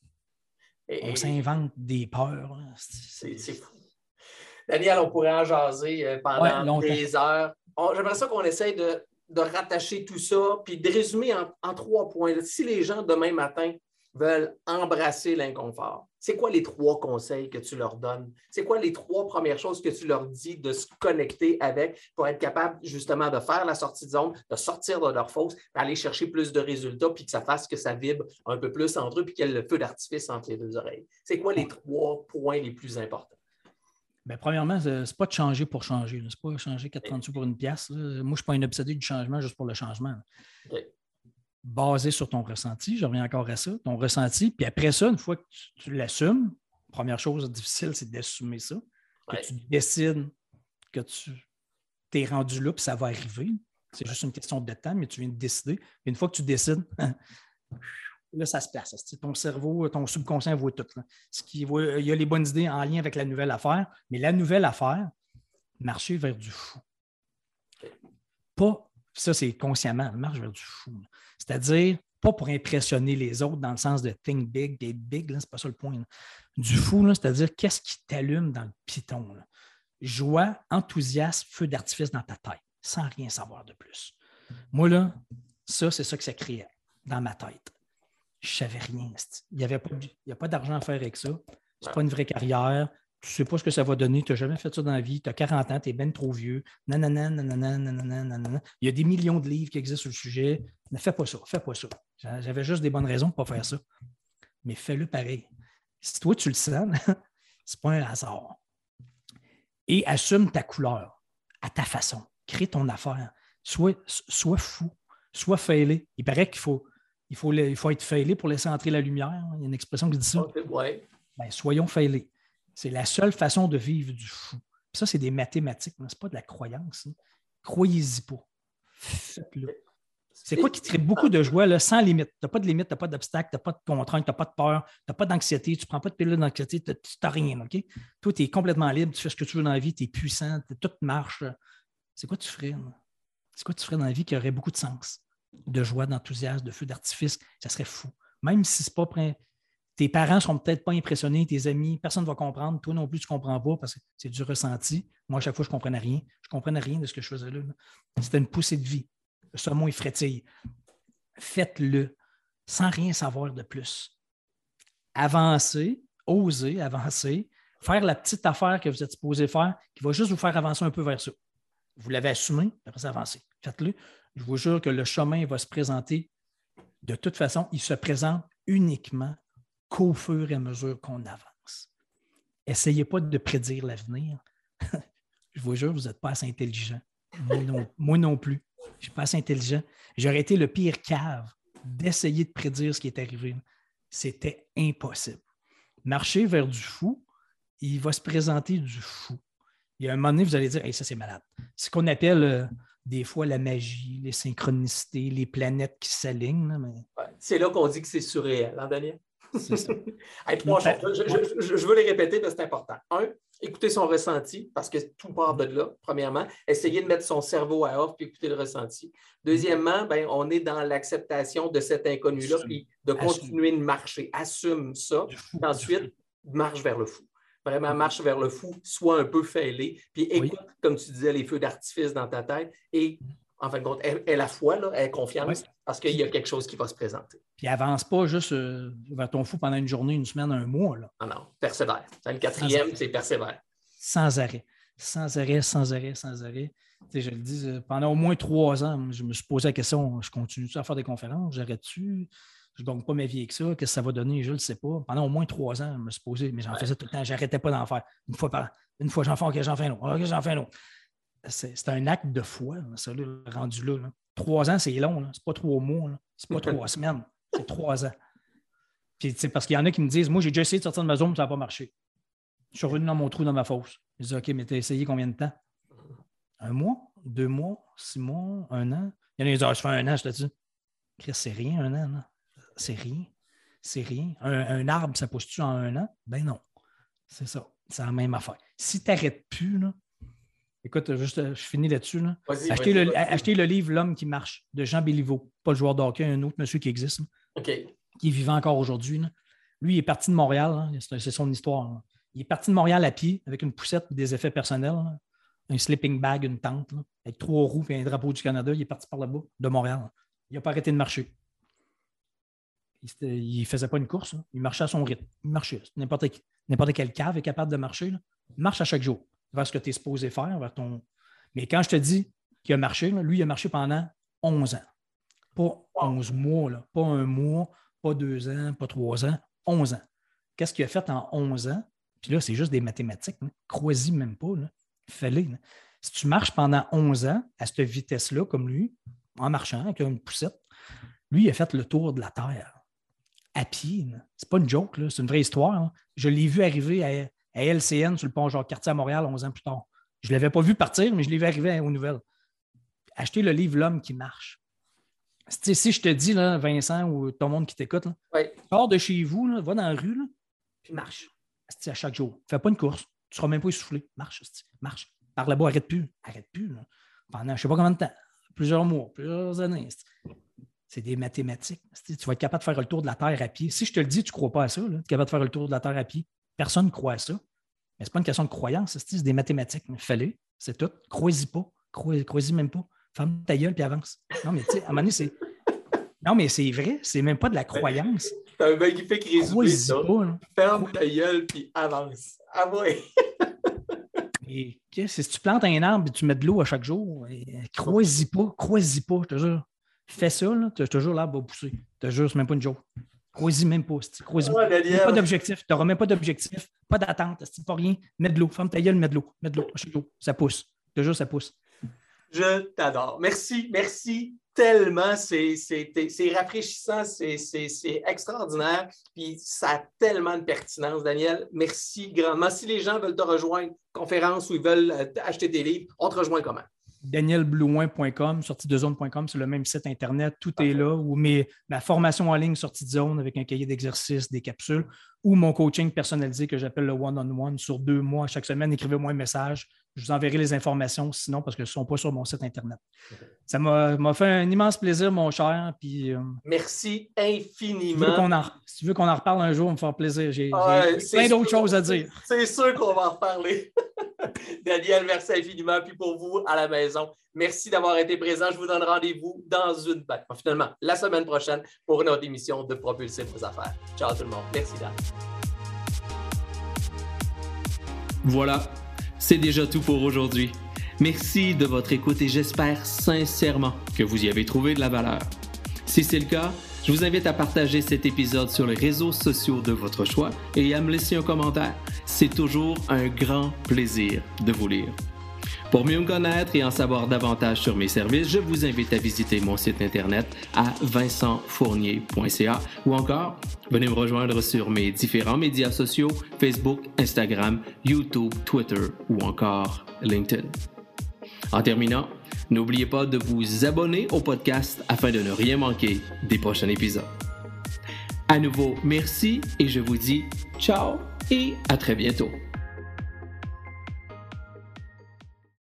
Et, on s'invente des peurs. C'est, c'est fou. Daniel, on pourrait en jaser pendant ouais, des heures. On, j'aimerais ça qu'on essaye de, de rattacher tout ça puis de résumer en, en trois points. Si les gens, demain matin, veulent embrasser l'inconfort, c'est quoi les trois conseils que tu leur donnes? C'est quoi les trois premières choses que tu leur dis de se connecter avec pour être capable justement de faire la sortie de zone, de sortir de leur fosse, d'aller chercher plus de résultats puis que ça fasse que ça vibre un peu plus entre eux puis qu'il y ait le feu d'artifice entre les deux oreilles? C'est quoi les trois points les plus importants? Bien, premièrement, ce n'est pas de changer pour changer. Ce n'est pas changer quatre-vingt-dix sous pour une pièce. Moi, je ne suis pas un obsédé du changement juste pour le changement. Okay. Basé sur ton ressenti, je reviens encore à ça, ton ressenti, puis après ça, une fois que tu, tu l'assumes, première chose difficile, c'est d'assumer ça, que ouais. tu décides que tu t'es rendu là, puis ça va arriver. C'est ouais. juste une question de temps, mais tu viens de décider. Et une fois que tu décides, là, ça se place. Ton cerveau, ton subconscient voit tout. Là. Ce qui voit, il y a les bonnes idées en lien avec la nouvelle affaire, mais la nouvelle affaire, marcher vers du fou. Pas ça, c'est consciemment, marche vers du fou. Là. C'est-à-dire, pas pour impressionner les autres dans le sens de think big, get big, là, c'est pas ça le point. Là. Du fou, là, c'est-à-dire, qu'est-ce qui t'allume dans le piton? Là? Joie, enthousiasme, feu d'artifice dans ta tête, sans rien savoir de plus. Moi, là, ça, c'est ça que ça créait dans ma tête. Je ne savais rien. Il n'y avait pas, il y a pas d'argent à faire avec ça. C'est pas une vraie carrière. Tu ne sais pas ce que ça va donner. Tu n'as jamais fait ça dans la vie. Tu as quarante ans, tu es ben trop vieux. Nanana, nanana, nanana, nanana. Il y a des millions de livres qui existent sur le sujet. Ne fais pas ça. Fais pas ça. J'avais juste des bonnes raisons pour ne pas faire ça. Mais fais-le pareil. Si toi, tu le sens, c'est pas un hasard. Et assume ta couleur à ta façon. Crée ton affaire. Sois, sois fou. Sois failé. Il paraît qu'il faut, il faut, il faut être failé pour laisser entrer la lumière. Il y a une expression qui dit ça. Okay, ouais. Ben, soyons failés. C'est la seule façon de vivre du fou. Puis ça, c'est des mathématiques, ce n'est pas de la croyance. Hein. Croyez-y pas. Faites-le. C'est quoi qui te crée beaucoup de joie, là, sans limite. Tu n'as pas de limite, tu n'as pas d'obstacle, tu n'as pas de contrainte, tu n'as pas de peur, tu n'as pas d'anxiété, tu ne prends pas de pilule d'anxiété, tu n'as rien. Okay? Toi, tu es complètement libre, tu fais ce que tu veux dans la vie, tu es puissant, tout marche. C'est quoi tu ferais? Là? C'est quoi tu ferais dans la vie qui aurait beaucoup de sens? De joie, d'enthousiasme, de feu d'artifice, ça serait fou. Même si c'est pas prêt. Tes parents ne seront peut-être pas impressionnés, tes amis, personne ne va comprendre. Toi non plus, tu ne comprends pas parce que c'est du ressenti. Moi, à chaque fois, je ne comprenais rien. Je ne comprenais rien de ce que je faisais là. là. C'était une poussée de vie. Le saumon, il frétille. Faites-le sans rien savoir de plus. Avancez, osez avancer, faire la petite affaire que vous êtes supposé faire qui va juste vous faire avancer un peu vers ça. Vous l'avez assumé, après ça, avancez. Faites-le. Je vous jure que le chemin va se présenter. De toute façon, il se présente uniquement qu'au fur et à mesure qu'on avance. Essayez pas de prédire l'avenir. Je vous jure, vous n'êtes pas assez intelligent. Moi non, moi non plus. Je suis pas assez intelligent. J'aurais été le pire cave d'essayer de prédire ce qui est arrivé. C'était impossible. Marcher vers du fou, il va se présenter du fou. Il y a un moment donné, vous allez dire, hey, ça, c'est malade. C'est ce qu'on appelle euh, des fois la magie, les synchronicités, les planètes qui s'alignent. Là, mais... ouais, c'est là qu'on dit que c'est surréel, hein, Daniel? C'est ça. Hey, trois choses. Je, je, je, je veux les répéter parce que c'est important. Un, écouter son ressenti, parce que tout part de là, premièrement. Essayer de mettre son cerveau à off puis écouter le ressenti. Deuxièmement, ben, on est dans l'acceptation de cet inconnu-là puis de continuer Assume. de marcher. Assume ça. Fou, ensuite, marche vers le fou. Vraiment, marche vers le fou, sois un peu fêlé, puis écoute, oui. comme tu disais, les feux d'artifice dans ta tête et, en fin de compte, aie, aie la foi, là, aie confiance, oui. parce qu'il y a quelque chose qui va se présenter. Puis avance pas juste euh, vers ton fou pendant une journée, une semaine, un mois. Là. Non, non, persévère. Le quatrième, c'est persévère. Sans arrêt. Sans arrêt, sans arrêt, sans arrêt. Tu sais, je le dis, euh, pendant au moins trois ans, je me suis posé la question, je continue-tu à faire des conférences? J'arrête-tu? Je ne gagne pas ma vie avec ça. Qu'est-ce que ça va donner? Je ne le sais pas. Pendant au moins trois ans, je me suis posé, mais j'en ouais. faisais tout le temps. Je n'arrêtais pas d'en faire. Une fois par Une fois, j'en fais, OK, j'en fais un autre. OK, j'en fais un autre. C'est, c'est un acte de foi, ça, là, rendu là, là. Trois ans, c'est long. Ce n'est pas trois mois. Ce n'est pas trois semaines. C'est trois ans. Puis, parce qu'il y en a qui me disent, moi, j'ai déjà essayé de sortir de ma zone, ça n'a pas marché. Je suis revenu dans mon trou, dans ma fosse. Je dis, OK, mais tu as essayé combien de temps? Un mois? Deux mois? Six mois? Un an? Il y en a qui disent, ah, je fais un an, je te dis. Chris, c'est rien, un an, là. C'est rien. C'est rien. Un, un arbre, ça pousse-tu en un an? Ben non. C'est ça. C'est la même affaire. Si tu n'arrêtes plus, là, écoute, juste, je finis là-dessus. Là. Vas-y, achetez, vas-y, le, vas-y. achetez le livre L'homme qui marche de Jean Béliveau. Pas le joueur de hockey, un autre monsieur qui existe. Okay. Qui est vivant encore aujourd'hui. Là. Lui, il est parti de Montréal. Là. C'est, c'est son histoire. Là. Il est parti de Montréal à pied avec une poussette et des effets personnels. Là. Un sleeping bag, une tente, là, avec trois roues et un drapeau du Canada. Il est parti par là-bas, de Montréal. Là. Il n'a pas arrêté de marcher. Il ne faisait pas une course. Là. Il marchait à son rythme. Il marchait. N'importe, n'importe quel cave est capable de marcher. Là. Marche à chaque jour vers ce que tu es supposé faire. Vers ton... Mais quand je te dis qu'il a marché, là, lui, il a marché pendant onze ans. Pas onze mois, là. Pas un mois, pas deux ans, pas trois ans, onze ans. Qu'est-ce qu'il a fait en onze ans? Puis là, c'est juste des mathématiques. Hein. Crois-y même pas. Fais-le. Là. Si tu marches pendant onze ans à cette vitesse-là, comme lui, en marchant avec une poussette, lui, il a fait le tour de la Terre. À pied. Là. C'est pas une joke, là. C'est une vraie histoire. Là. Je l'ai vu arriver à, à L C N sur le pont Jacques-Cartier à Montréal onze ans plus tard. Je ne l'avais pas vu partir, mais je l'ai vu arriver aux nouvelles. Achetez le livre L'homme qui marche. Si, si je te dis, là, Vincent, ou tout le monde qui t'écoute, là, oui. sors de chez vous, là, va dans la rue, là, puis marche. À chaque jour. Fais pas une course. Tu ne seras même pas essoufflé. Marche. Marche. Par là-bas, arrête plus. Arrête plus. Là. Pendant je ne sais pas combien de temps. Plusieurs mois, plusieurs années. C'est des mathématiques. Tu vas être capable de faire le tour de la Terre à pied. Si je te le dis, tu ne crois pas à ça. Tu es capable de faire le tour de la Terre à pied. Personne ne croit à ça. Mais ce n'est pas une question de croyance. C'est des mathématiques. Fais-le. C'est tout. Crois-y pas. Crois-y, crois-y même pas. Ferme ta gueule puis avance. Non, mais tu sais, à un moment donné, c'est. Non, mais c'est vrai. C'est même pas de la croyance. C'est un magnifique résumé, ça. Pas, Ferme ta gueule puis avance. Ah ouais. Et si tu plantes un arbre et tu mets de l'eau à chaque jour, crois-y pas. Crois-y pas, je te jure. Fais ça, là, je te jure, l'arbre va pousser. Je te jure, c'est même pas une joke. Crois-y même pas. Crois-y ouais, pas. Pas d'objectif. Tu n'auras même pas d'objectif. Pas d'attente. C'est pas rien. Mets de l'eau. Ferme ta gueule, mets de l'eau. Mets de l'eau. Ça pousse. Je te jure, ça pousse. Je t'adore. Merci, merci tellement. C'est, c'est, c'est rafraîchissant, c'est, c'est, c'est extraordinaire. Puis ça a tellement de pertinence, Daniel. Merci grandement. Si les gens veulent te rejoindre, conférence ou ils veulent acheter tes livres, on te rejoint comment? daniel blouin point com, sortie de zone point com, c'est le même site Internet. Tout Parfait. Est là. Ou mes, ma formation en ligne sortie de zone avec un cahier d'exercices, des capsules, ou mon coaching personnalisé que j'appelle le one-on-one sur deux mois. Chaque semaine, écrivez-moi un message. Je vous enverrai les informations sinon parce qu'elles ne sont pas sur mon site Internet. Okay. Ça m'a, m'a fait un immense plaisir, mon cher. Puis, euh, merci infiniment. Si tu, veux qu'on en, si tu veux qu'on en reparle un jour, ça me faire plaisir. J'ai, ah, j'ai plein d'autres sûr, choses à dire. C'est sûr qu'on va en reparler. Daniel, merci infiniment. Puis pour vous, à la maison, merci d'avoir été présent. Je vous donne rendez-vous dans une... Ben, finalement, la semaine prochaine pour une autre émission de Propulser vos affaires. Ciao tout le monde. Merci, Dan. Voilà. C'est déjà tout pour aujourd'hui. Merci de votre écoute et j'espère sincèrement que vous y avez trouvé de la valeur. Si c'est le cas, je vous invite à partager cet épisode sur les réseaux sociaux de votre choix et à me laisser un commentaire. C'est toujours un grand plaisir de vous lire. Pour mieux me connaître et en savoir davantage sur mes services, je vous invite à visiter mon site internet à vincent fournier point c a ou encore venez me rejoindre sur mes différents médias sociaux Facebook, Instagram, YouTube, Twitter ou encore LinkedIn. En terminant, n'oubliez pas de vous abonner au podcast afin de ne rien manquer des prochains épisodes. À nouveau, merci et je vous dis ciao et à très bientôt.